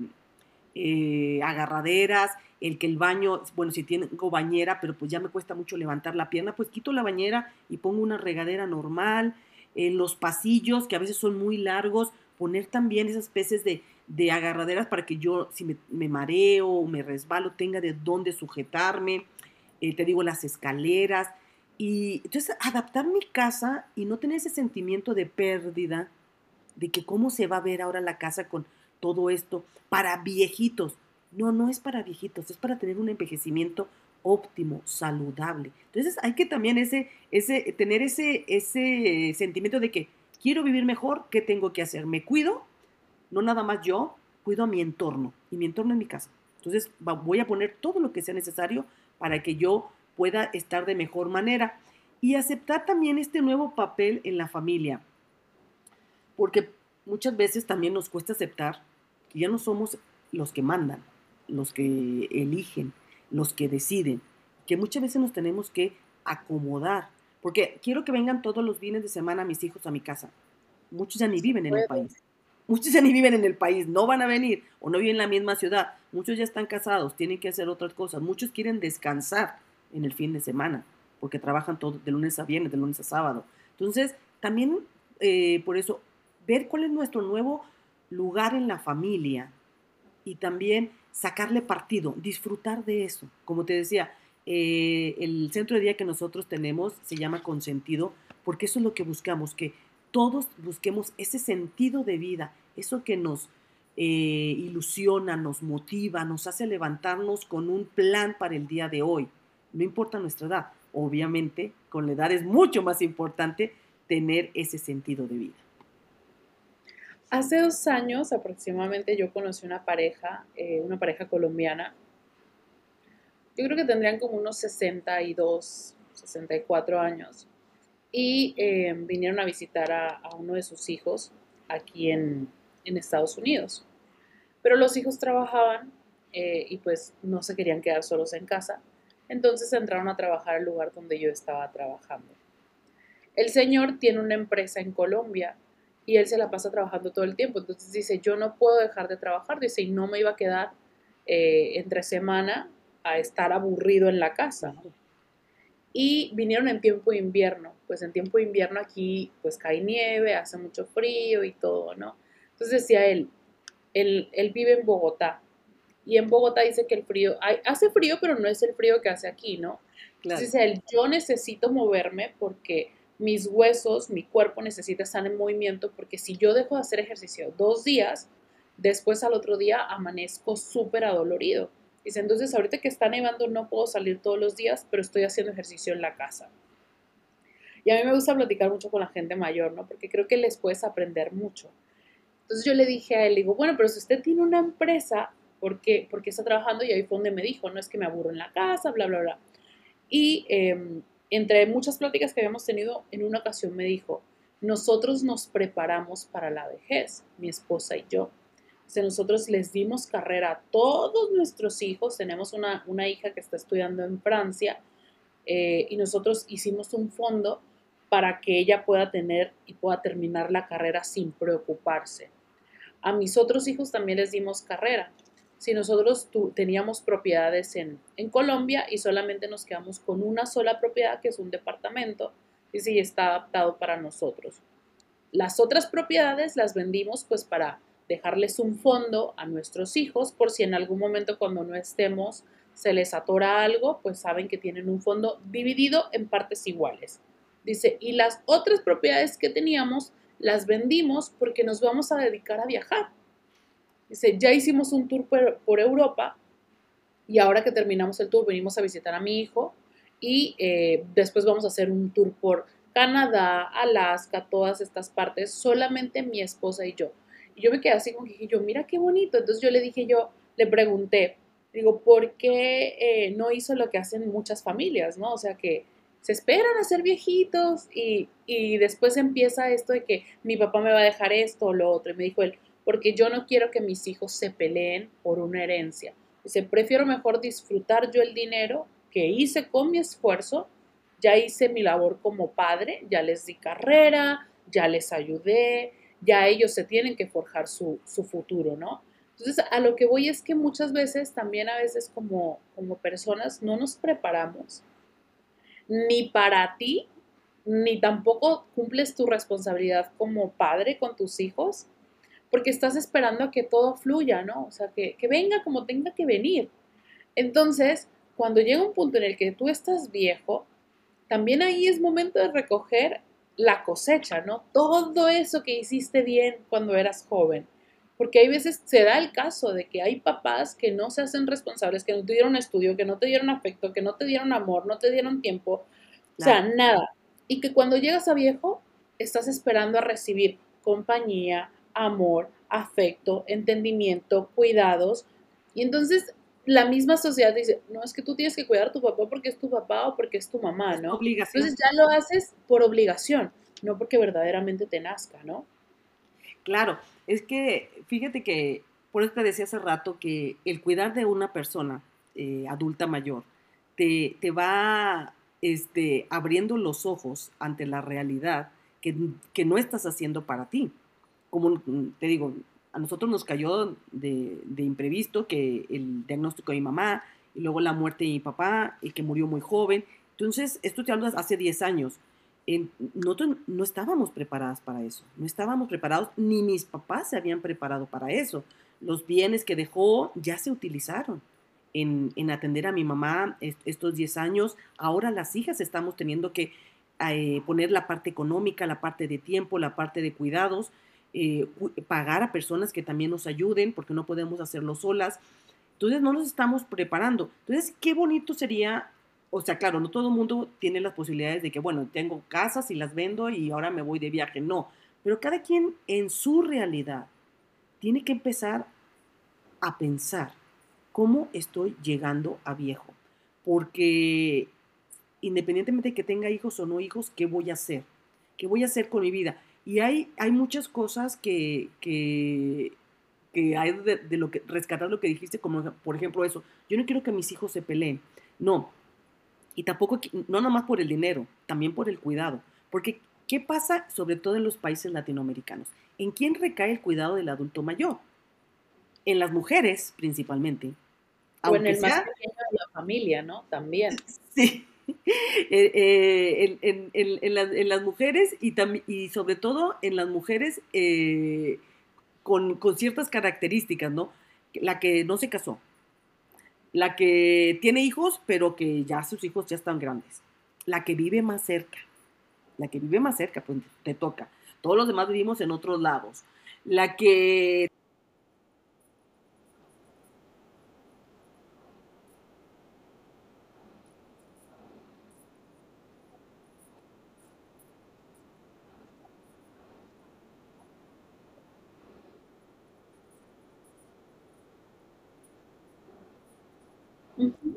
S1: eh, agarraderas, el que el baño, bueno, si tengo bañera, pero pues ya me cuesta mucho levantar la pierna, pues quito la bañera y pongo una regadera normal. En los pasillos, que a veces son muy largos, poner también esas especies de, de agarraderas para que yo, si me, me mareo o me resbalo, tenga de dónde sujetarme. Eh, te digo, las escaleras. Y entonces adaptar mi casa y no tener ese sentimiento de pérdida, de que cómo se va a ver ahora la casa con todo esto para viejitos. No, no es para viejitos, es para tener un envejecimiento óptimo, saludable. Entonces hay que también ese, ese, tener ese, ese sentimiento de que quiero vivir mejor, ¿qué tengo que hacer? Me cuido, no nada más yo, cuido a mi entorno y mi entorno es mi casa. Entonces va, voy a poner todo lo que sea necesario para que yo pueda estar de mejor manera y aceptar también este nuevo papel en la familia, porque muchas veces también nos cuesta aceptar que ya no somos los que mandan, los que eligen, los que deciden, que muchas veces nos tenemos que acomodar, porque quiero que vengan todos los fines de semana mis hijos a mi casa. Muchos ya ni viven en el país. Muchos ya ni viven en el país, no van a venir o no viven en la misma ciudad. Muchos ya están casados, tienen que hacer otras cosas. Muchos quieren descansar en el fin de semana porque trabajan todo de lunes a viernes, de lunes a sábado. Entonces, también eh, por eso, ver cuál es nuestro nuevo lugar en la familia y también sacarle partido, disfrutar de eso. Como te decía, eh, el centro de día que nosotros tenemos se llama Consentido, porque eso es lo que buscamos, que todos busquemos ese sentido de vida, eso que nos eh, ilusiona, nos motiva, nos hace levantarnos con un plan para el día de hoy. No importa nuestra edad, obviamente con la edad es mucho más importante tener ese sentido de vida.
S2: Hace dos años aproximadamente yo conocí una pareja, eh, una pareja colombiana. Yo creo que tendrían como unos sesenta y dos, sesenta y cuatro años. Y eh, vinieron a visitar a, a uno de sus hijos aquí en, en Estados Unidos. Pero los hijos trabajaban eh, y pues no se querían quedar solos en casa. Entonces entraron a trabajar al lugar donde yo estaba trabajando. El señor tiene una empresa en Colombia y él se la pasa trabajando todo el tiempo. Entonces dice, yo no puedo dejar de trabajar. Dice, y no me iba a quedar eh, entre semana a estar aburrido en la casa. Y vinieron en tiempo de invierno. Pues en tiempo de invierno aquí pues cae nieve, hace mucho frío y todo, ¿no? Entonces decía él, él, él vive en Bogotá. Y en Bogotá dice que el frío, hay, hace frío, pero no es el frío que hace aquí, ¿no?
S1: Claro.
S2: Entonces dice él, yo necesito moverme porque mis huesos, mi cuerpo necesita estar en movimiento porque si yo dejo de hacer ejercicio dos días, después al otro día amanezco súper adolorido. Dice, entonces ahorita que está nevando no puedo salir todos los días, pero estoy haciendo ejercicio en la casa. Y a mí me gusta platicar mucho con la gente mayor, ¿no? Porque creo que les puedes aprender mucho. Entonces yo le dije a él, digo, bueno, pero si usted tiene una empresa, ¿por qué, ¿por qué está trabajando? Y ahí fue donde me dijo, no es que me aburro en la casa, bla, bla, bla. Y eh, entre muchas pláticas que habíamos tenido, en una ocasión me dijo, nosotros nos preparamos para la vejez, mi esposa y yo. O sea, nosotros les dimos carrera a todos nuestros hijos, tenemos una, una hija que está estudiando en Francia, eh, y nosotros hicimos un fondo para que ella pueda tener y pueda terminar la carrera sin preocuparse. A mis otros hijos también les dimos carrera. Si nosotros tu, teníamos propiedades en, en Colombia y solamente nos quedamos con una sola propiedad, que es un departamento, y sí está adaptado para nosotros. Las otras propiedades las vendimos pues para dejarles un fondo a nuestros hijos por si en algún momento cuando no estemos se les atora algo, pues saben que tienen un fondo dividido en partes iguales. Dice, y las otras propiedades que teníamos las vendimos porque nos vamos a dedicar a viajar. Dice, ya hicimos un tour por, por Europa y ahora que terminamos el tour venimos a visitar a mi hijo y eh, después vamos a hacer un tour por Canadá, Alaska, todas estas partes, solamente mi esposa y yo. Y yo me quedé así como que dije yo, mira qué bonito. Entonces yo le dije yo, le pregunté, digo, ¿por qué eh, no hizo lo que hacen muchas familias, no? O sea, que se esperan a ser viejitos y, y después empieza esto de que mi papá me va a dejar esto o lo otro. Y me dijo él, porque yo no quiero que mis hijos se peleen por una herencia. Dice, prefiero mejor disfrutar yo el dinero que hice con mi esfuerzo, ya hice mi labor como padre, ya les di carrera, ya les ayudé, ya ellos se tienen que forjar su, su futuro, ¿no? Entonces, a lo que voy es que muchas veces, también a veces como, como personas, no nos preparamos ni para ti, ni tampoco cumples tu responsabilidad como padre con tus hijos, porque estás esperando a que todo fluya, ¿no? O sea, que, que venga como tenga que venir. Entonces, cuando llega un punto en el que tú estás viejo, también ahí es momento de recoger la cosecha, ¿no? Todo eso que hiciste bien cuando eras joven. Porque hay veces se da el caso de que hay papás que no se hacen responsables, que no te dieron estudio, que no te dieron afecto, que no te dieron amor, no te dieron tiempo, o sea,
S1: Claro.
S2: nada. Y que cuando llegas a viejo, estás esperando a recibir compañía, amor, afecto, entendimiento, cuidados. Y entonces la misma sociedad dice, no, es que tú tienes que cuidar a tu papá porque es tu papá o porque es tu mamá,
S1: Es tu
S2: ¿no?
S1: obligación.
S2: Entonces ya lo haces por obligación, no porque verdaderamente te nazca, ¿no?
S1: Claro, es que fíjate que, por eso te decía hace rato que el cuidar de una persona eh, adulta mayor te, te va este, abriendo los ojos ante la realidad que, que no estás haciendo para ti. Como te digo, a nosotros nos cayó de, de imprevisto que el diagnóstico de mi mamá y luego la muerte de mi papá, y que murió muy joven. Entonces, esto te hablas hace diez años. En- nosotros no estábamos preparadas para eso, no estábamos preparados, ni mis papás se habían preparado para eso. Los bienes que dejó ya se utilizaron en, en atender a mi mamá est- estos diez años. Ahora las hijas estamos teniendo que eh, poner la parte económica, la parte de tiempo, la parte de cuidados, eh, pagar a personas que también nos ayuden, porque no podemos hacerlo solas. Entonces no nos estamos preparando. Entonces, qué bonito sería, o sea, claro, no todo el mundo tiene las posibilidades de que, bueno, tengo casas y las vendo y ahora me voy de viaje, no, pero cada quien en su realidad tiene que empezar a pensar cómo estoy llegando a viejo, porque independientemente de que tenga hijos o no hijos, ¿qué voy a hacer? ¿Qué voy a hacer con mi vida? Y hay, hay muchas cosas que, que, que hay de, de, lo que rescatar lo que dijiste, como por ejemplo eso, yo no quiero que mis hijos se peleen, no, Y tampoco, no nomás por el dinero, también por el cuidado. Porque, ¿qué pasa sobre todo en los países latinoamericanos? ¿En quién recae el cuidado del adulto mayor? En las mujeres, principalmente.
S2: O en
S1: Aunque
S2: el más
S1: sea,
S2: pequeño de la familia, ¿no? También.
S1: sí, eh, eh, en, en, en, en, las, en, las mujeres y, tam, y sobre todo en las mujeres eh, con, con ciertas características, ¿no? La que no se casó, la que tiene hijos, pero que ya sus hijos ya están grandes, la que vive más cerca, la que vive más cerca, pues te toca. Todos los demás vivimos en otros lados. La que
S2: Ujú.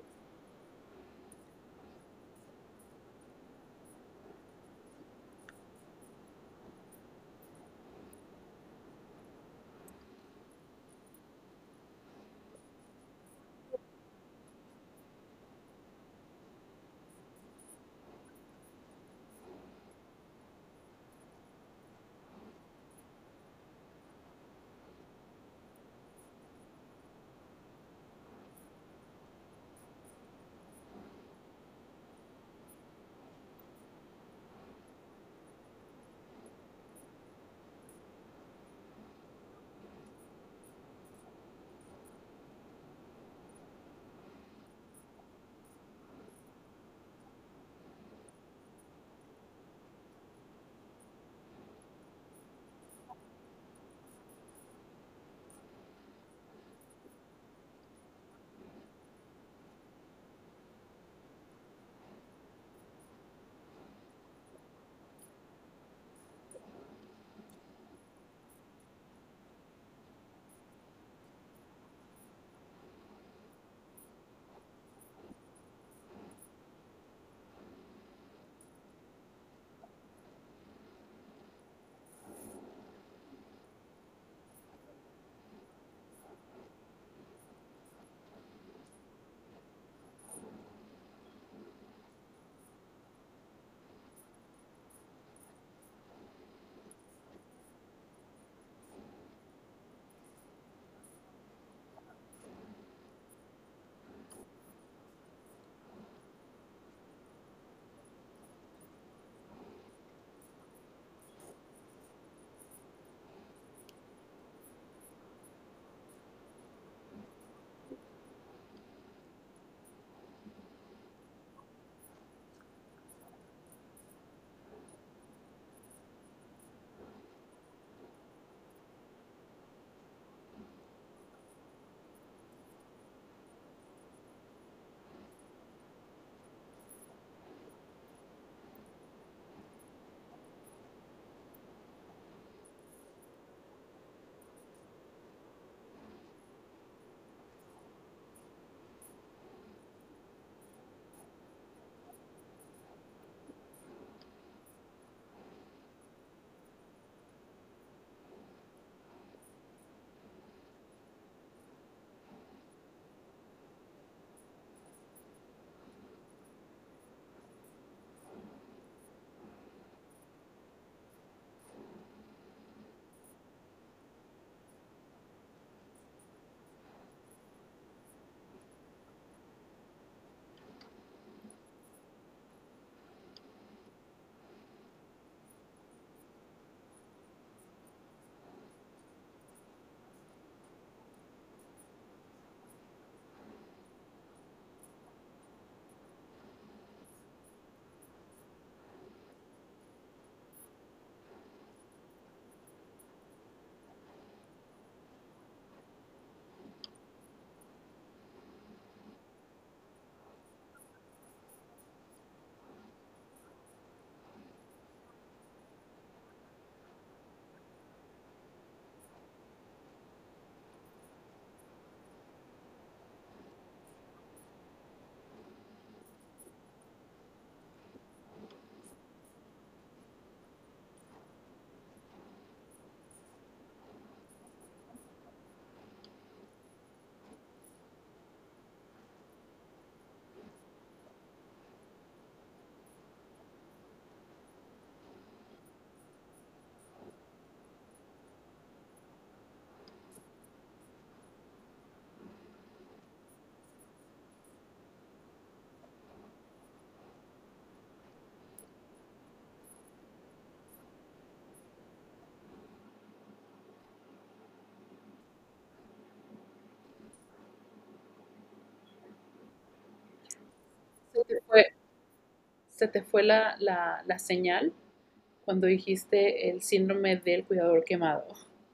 S2: se te fue la, la, la señal cuando dijiste el síndrome del cuidador quemado.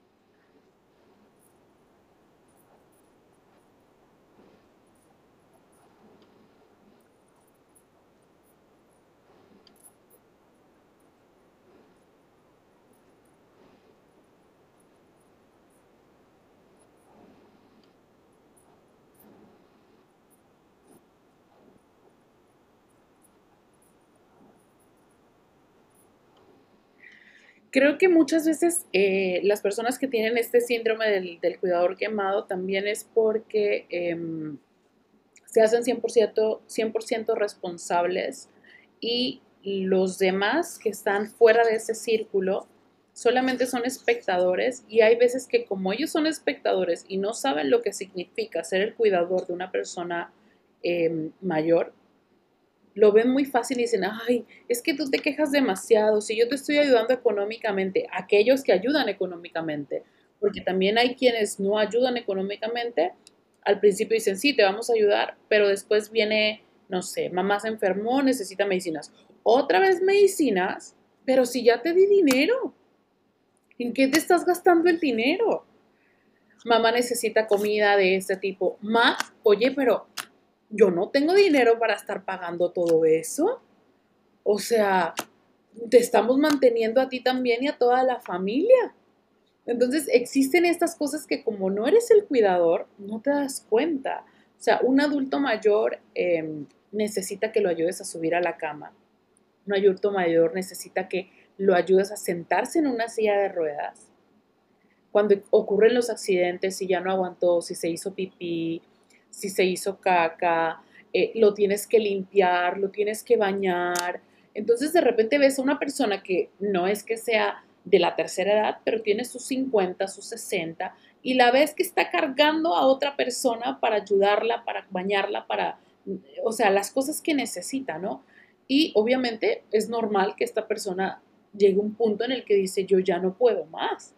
S2: Creo que muchas veces eh, las personas que tienen este síndrome del, del cuidador quemado también es porque eh, se hacen cien por ciento, cien por ciento responsables y los demás que están fuera de ese círculo solamente son espectadores, y hay veces que como ellos son espectadores y no saben lo que significa ser el cuidador de una persona eh, mayor, lo ven muy fácil y dicen, ay, es que tú te quejas demasiado, si yo te estoy ayudando económicamente, aquellos que ayudan económicamente, porque también hay quienes no ayudan económicamente, al principio dicen, sí, te vamos a ayudar, pero después viene, no sé, mamá se enfermó, necesita medicinas, otra vez medicinas, pero si ya te di dinero, ¿en qué te estás gastando el dinero? Mamá necesita comida de este tipo, ma, oye, pero yo no tengo dinero para estar pagando todo eso. O sea, te estamos manteniendo a ti también y a toda la familia. Entonces existen estas cosas que como no eres el cuidador, no te das cuenta. O sea, un adulto mayor eh, necesita que lo ayudes a subir a la cama. Un adulto mayor necesita que lo ayudes a sentarse en una silla de ruedas. Cuando ocurren los accidentes, si ya no aguantó, si se hizo pipí, si se hizo caca, eh, lo tienes que limpiar, lo tienes que bañar. Entonces de repente ves a una persona que no es que sea de la tercera edad, pero tiene sus cincuenta, sus sesenta, y la ves que está cargando a otra persona para ayudarla, para bañarla, para, o sea, las cosas que necesita, ¿no? Y obviamente es normal que esta persona llegue a un punto en el que dice, yo ya no puedo más.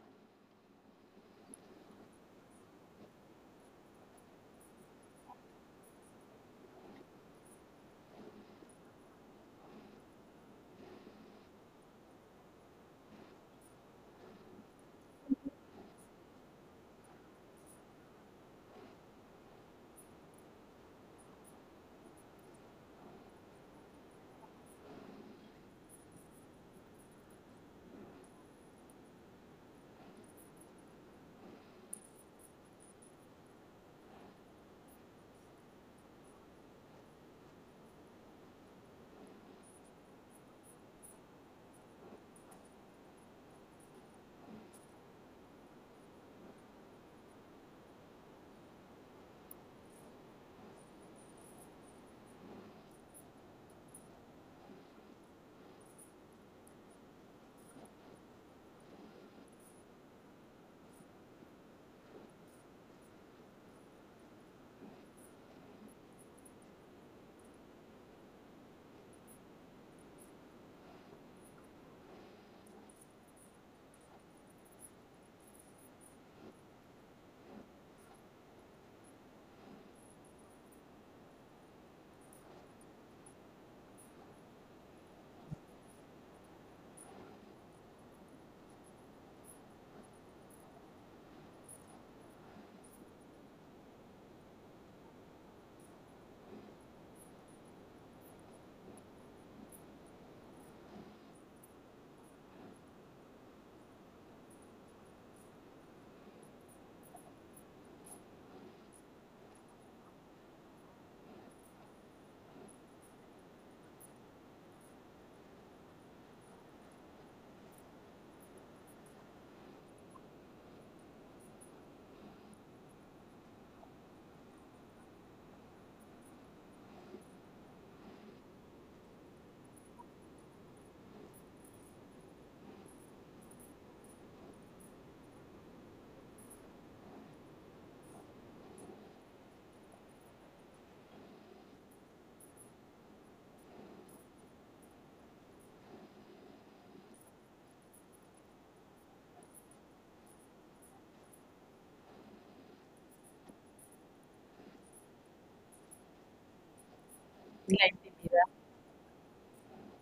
S2: La intimidad.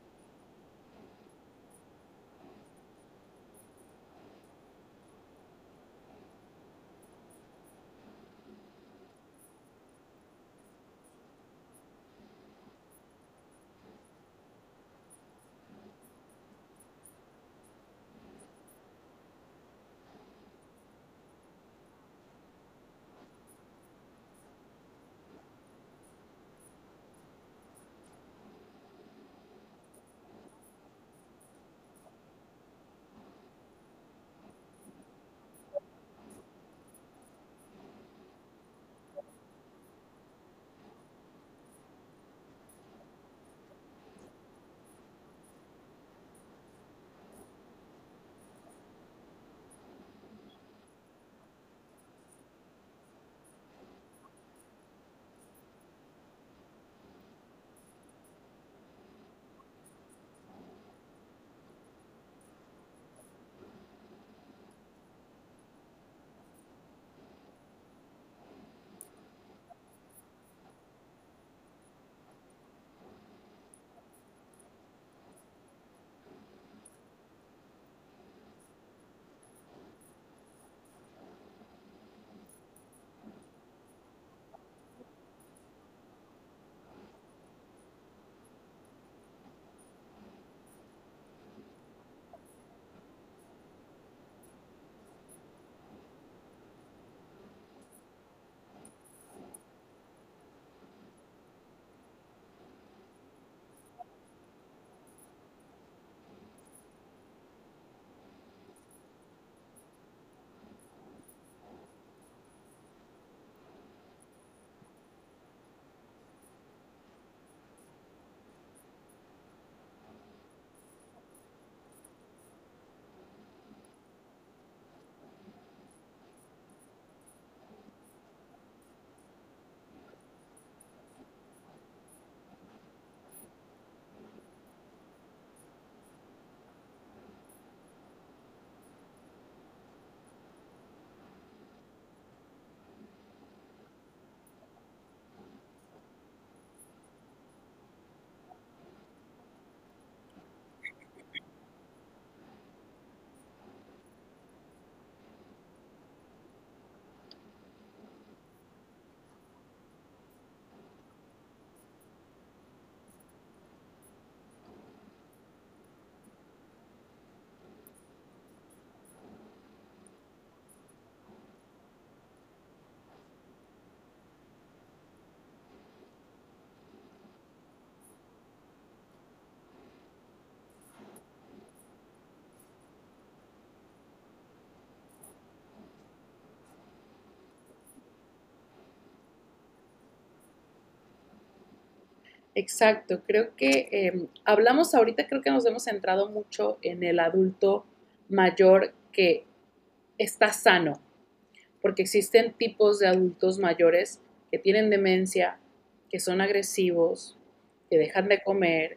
S2: Exacto, creo que eh, hablamos ahorita, creo que nos hemos centrado mucho en el adulto mayor que está sano, porque existen tipos de adultos mayores que tienen demencia, que son agresivos, que dejan de comer,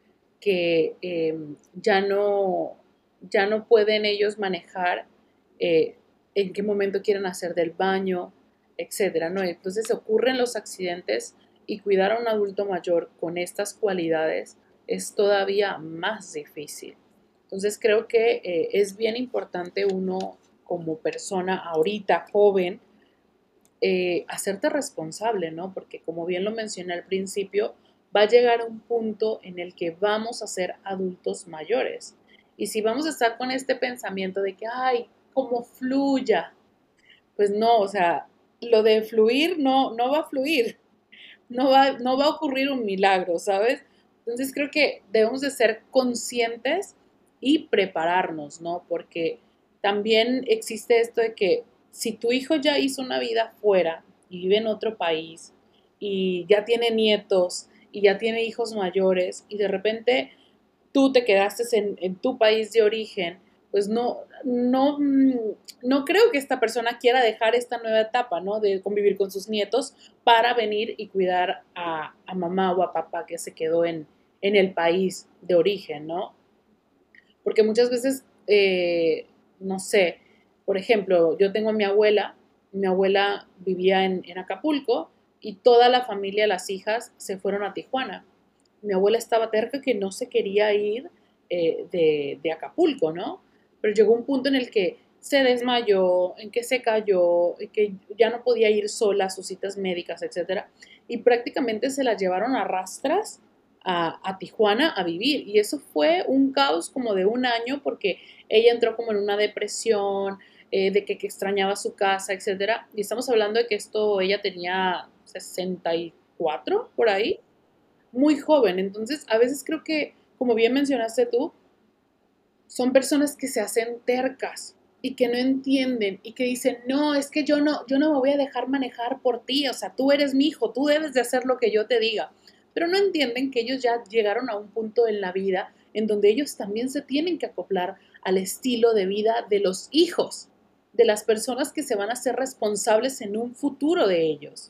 S2: que eh, ya, no, ya no pueden ellos manejar eh, en qué momento quieren hacer del baño, etcétera, ¿no? Entonces ocurren los accidentes y cuidar a un adulto mayor con estas cualidades es todavía más difícil. Entonces creo que eh, es bien importante uno como persona ahorita joven eh, hacerte responsable, ¿no? Porque como bien lo mencioné al principio, va a llegar un punto en el que vamos a ser adultos mayores. Y si vamos a estar con este pensamiento de que, ay, como fluya, pues no, o sea, lo de fluir no, no va a fluir, no va, no va a ocurrir un milagro, ¿sabes? Entonces creo que debemos de ser conscientes y prepararnos, ¿no? Porque también existe esto de que si tu hijo ya hizo una vida fuera y vive en otro país y ya tiene nietos y ya tiene hijos mayores y de repente tú te quedaste en, en tu país de origen, pues no, no, mm, no creo que esta persona quiera dejar esta nueva etapa, ¿no? De convivir con sus nietos para venir y cuidar a, a mamá o a papá que se quedó en, en el país de origen, ¿no? Porque muchas veces, eh, no sé, por ejemplo, yo tengo a mi abuela, mi abuela vivía en, en Acapulco y toda la familia, las hijas, se fueron a Tijuana. Mi abuela estaba terca que no se quería ir eh, de, de Acapulco, ¿no? Pero llegó un punto en el que se desmayó, en que se cayó, en que ya no podía ir sola a sus citas médicas, etcétera. Y prácticamente se la llevaron a rastras a, a Tijuana a vivir. Y eso fue un caos como de un año porque ella entró como en una depresión, eh, de que, que extrañaba su casa, etcétera. Y estamos hablando de que esto ella tenía sesenta y cuatro por ahí, muy joven. Entonces, a veces creo que, como bien mencionaste tú, son personas que se hacen tercas y que no entienden y que dicen, no, es que yo no, yo no me voy a dejar manejar por ti, o sea, tú eres mi hijo, tú debes de hacer lo que yo te diga. Pero no entienden que ellos ya llegaron a un punto en la vida en donde ellos también se tienen que acoplar al estilo de vida de los hijos, de las personas que se van a ser responsables en un futuro de ellos.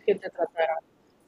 S2: que te trataron.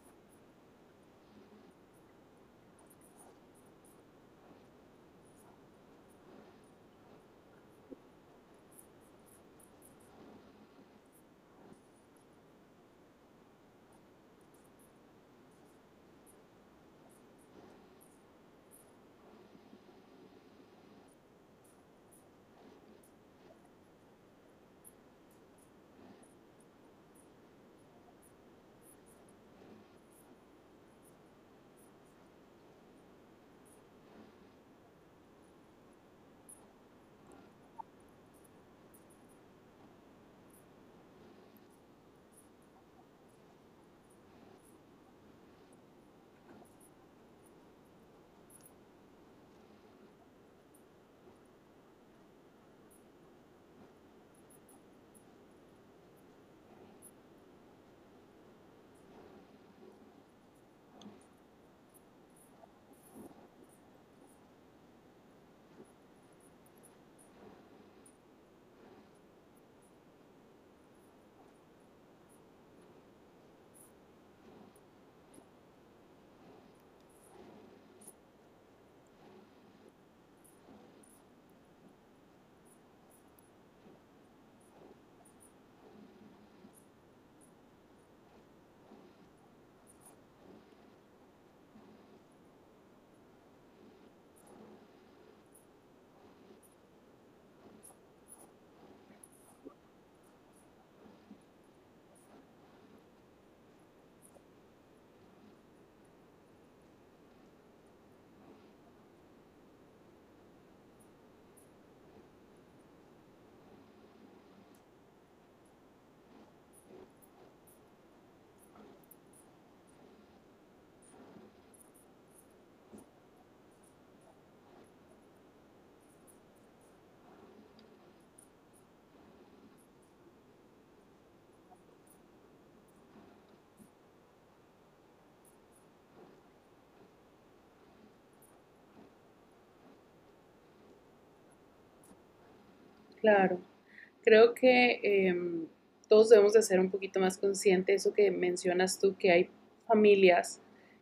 S2: Claro, creo que em, todos debemos de ser un poquito más conscientes, eso que mencionas tú, que hay familias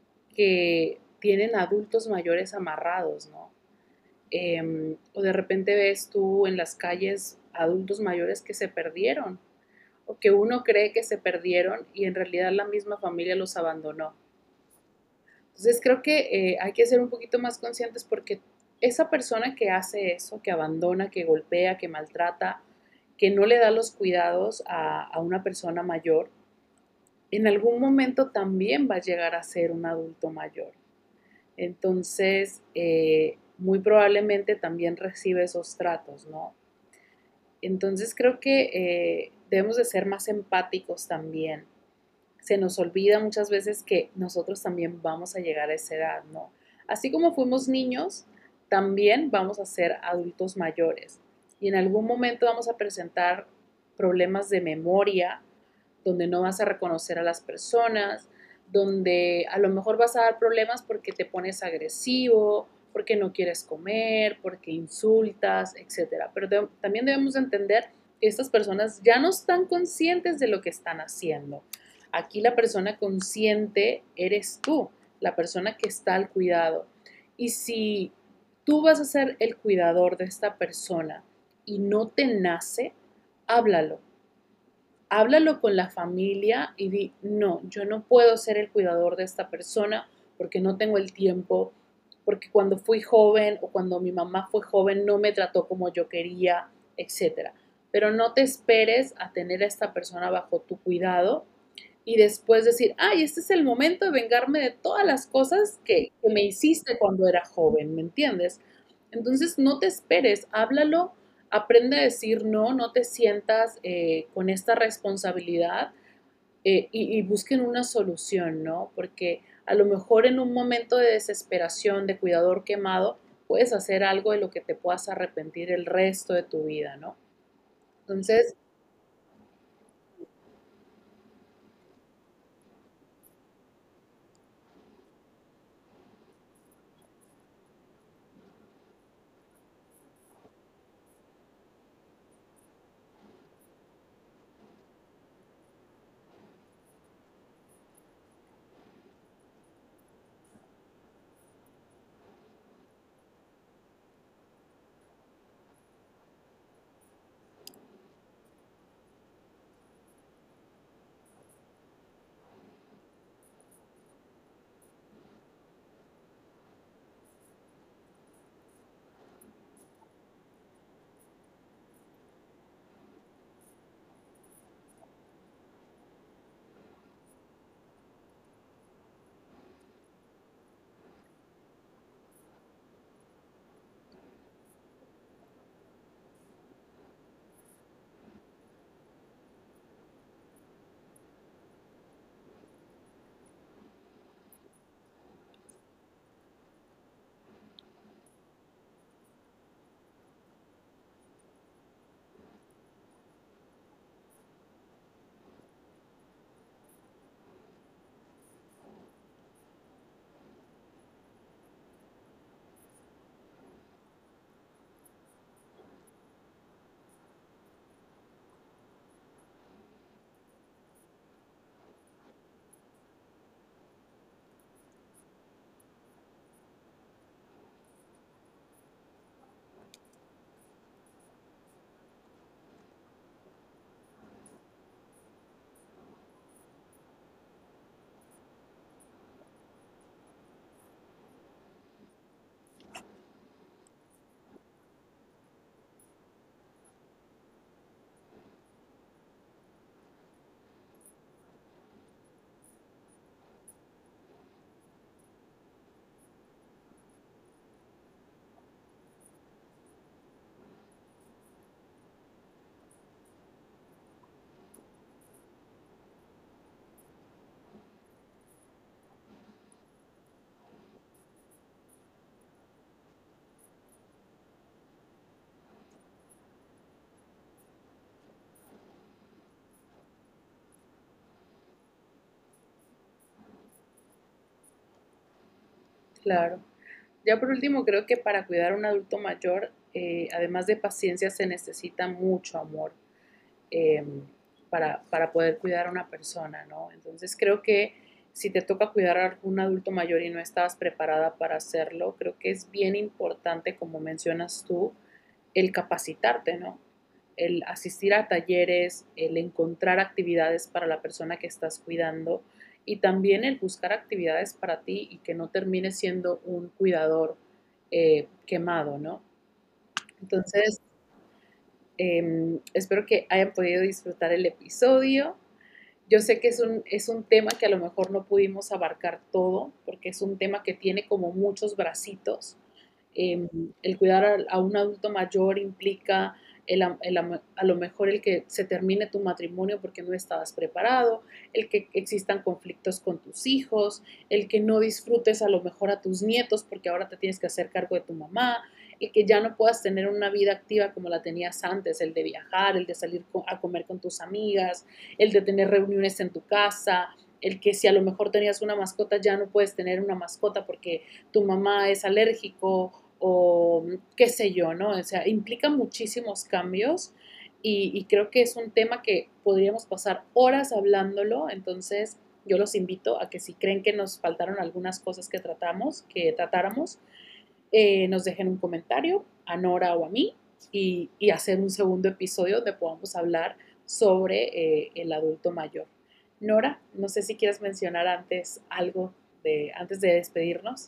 S2: que tienen adultos mayores amarrados, ¿no? Em, o de repente ves tú en las calles adultos mayores que se perdieron, o que uno cree que se perdieron y en realidad la misma familia los abandonó. Entonces creo que eh, hay que ser un poquito más conscientes porque esa persona que hace eso, que abandona, que golpea, que maltrata, que no le da los cuidados a, a una persona mayor, en algún momento también va a llegar a ser un adulto mayor. Entonces, eh, muy probablemente también recibe esos tratos, ¿no? Entonces creo que eh, debemos de ser más empáticos también. Se nos olvida muchas veces que nosotros también vamos a llegar a esa edad, ¿no? Así como fuimos niños, también vamos a ser adultos mayores y en algún momento vamos a presentar problemas de memoria, donde no vas a reconocer a las personas, donde a lo mejor vas a dar problemas porque te pones agresivo, porque no quieres comer, porque insultas, etcétera. Pero de- también debemos entender que estas personas ya no están conscientes de lo que están haciendo. Aquí la persona consciente eres tú, la persona que está al cuidado. Y si tú vas a ser el cuidador de esta persona y no te nace, háblalo. Háblalo con la familia y di, no, yo no puedo ser el cuidador de esta persona porque no tengo el tiempo, porque cuando fui joven o cuando mi mamá fue joven no me trató como yo quería, etcétera. Pero no te esperes a tener a esta persona bajo tu cuidado y después decir, ay, este es el momento de vengarme de todas las cosas que, que me hiciste cuando era joven, ¿me entiendes? Entonces no te esperes, háblalo, aprende a decir no, no te sientas eh, con esta responsabilidad eh, y, y busquen una solución, ¿no? Porque a lo mejor en un momento de desesperación, de cuidador quemado, puedes hacer algo de lo que te puedas arrepentir el resto de tu vida, ¿no? Entonces, Claro. Ya por último, creo que para cuidar a un adulto mayor, eh, además de paciencia, se necesita mucho amor eh, para, para poder cuidar a una persona, ¿no? Entonces creo que si te toca cuidar a un adulto mayor y no estabas preparada para hacerlo, creo que es bien importante, como mencionas tú, el capacitarte, ¿no? El asistir a talleres, el encontrar actividades para la persona que estás cuidando y también el buscar actividades para ti y que no termines siendo un cuidador eh, quemado, ¿no? Entonces, eh, espero que hayan podido disfrutar el episodio. Yo sé que es un, es un tema que a lo mejor no pudimos abarcar todo, porque es un tema que tiene como muchos bracitos. Eh, el cuidar a, a, un adulto mayor implica el, el, a lo mejor el que se termine tu matrimonio porque no estabas preparado, el que existan conflictos con tus hijos, el que no disfrutes a lo mejor a tus nietos porque ahora te tienes que hacer cargo de tu mamá, el que ya no puedas tener una vida activa como la tenías antes, el de viajar, el de salir a comer con tus amigas, el de tener reuniones en tu casa, el que si a lo mejor tenías una mascota ya no puedes tener una mascota porque tu mamá es alérgico o qué sé yo, ¿no? O sea, implica muchísimos cambios y, y creo que es un tema que podríamos pasar horas hablándolo, entonces yo los invito a que si creen que nos faltaron algunas cosas que tratamos, que tratáramos, eh, nos dejen un comentario a Nora o a mí y, y hacer un segundo episodio donde podamos hablar sobre eh, el adulto mayor. Nora, no sé si quieres mencionar antes algo de, antes de despedirnos.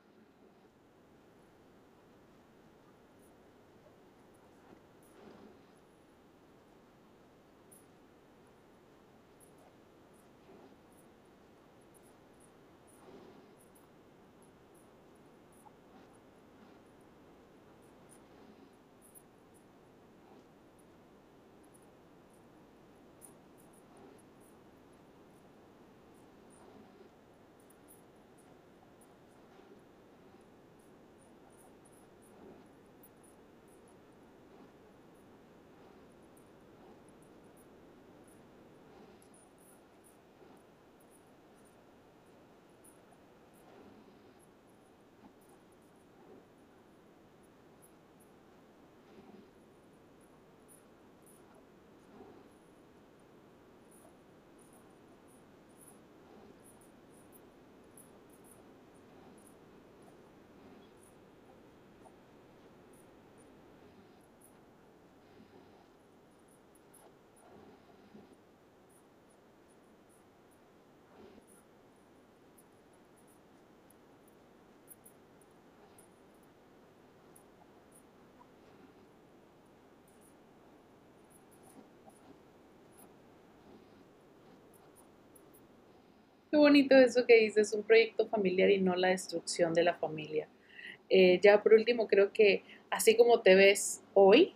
S2: Qué bonito eso que dices, un proyecto familiar y no la destrucción de la familia. Eh, ya por último, creo que así como te ves hoy,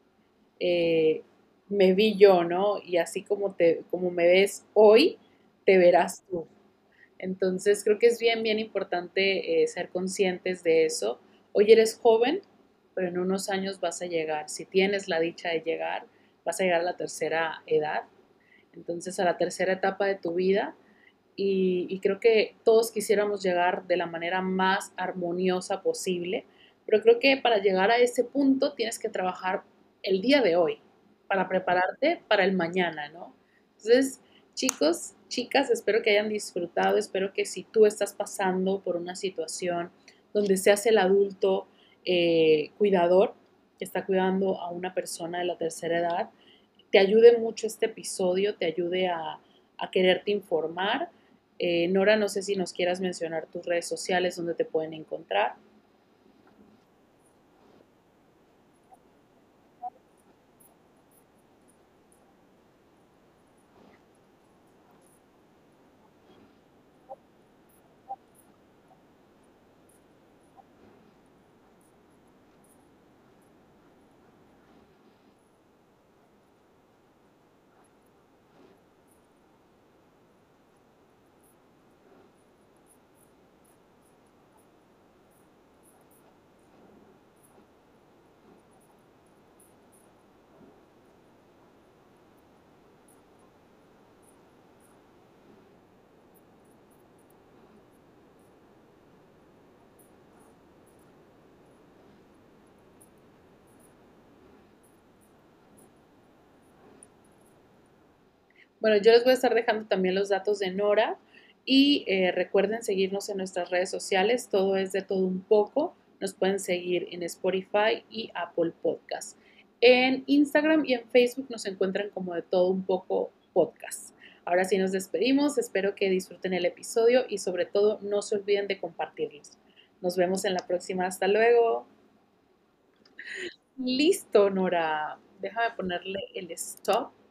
S2: eh, me vi yo, ¿no? Y así como, te, como me ves hoy, te verás tú. Entonces creo que es bien, bien importante eh, ser conscientes de eso. Hoy eres joven, pero en unos años vas a llegar. Si tienes la dicha de llegar, vas a llegar a la tercera edad. Entonces a la tercera etapa de tu vida y, y, creo que todos quisiéramos llegar de la manera más armoniosa posible, pero creo que para llegar a ese punto tienes que trabajar el día de hoy para prepararte para el mañana, ¿no? Entonces, chicos, chicas, espero que hayan disfrutado, espero que si tú estás pasando por una situación donde seas el adulto eh, cuidador que está cuidando a una persona de la tercera edad, te ayude mucho este episodio, te ayude a, a quererte informar. Eh, Nora, no sé si nos quieras mencionar tus redes sociales donde te pueden encontrar. Bueno, yo les voy a estar dejando también los datos de Nora y eh, recuerden seguirnos en nuestras redes sociales, todo es de todo un poco. Nos pueden seguir en Spotify y Apple Podcast. En Instagram y en Facebook nos encuentran como de todo un poco podcast. Ahora sí nos despedimos, espero que disfruten el episodio y sobre todo no se olviden de compartirlos. Nos vemos en la próxima, hasta luego. Listo, Nora. Déjame ponerle el stop.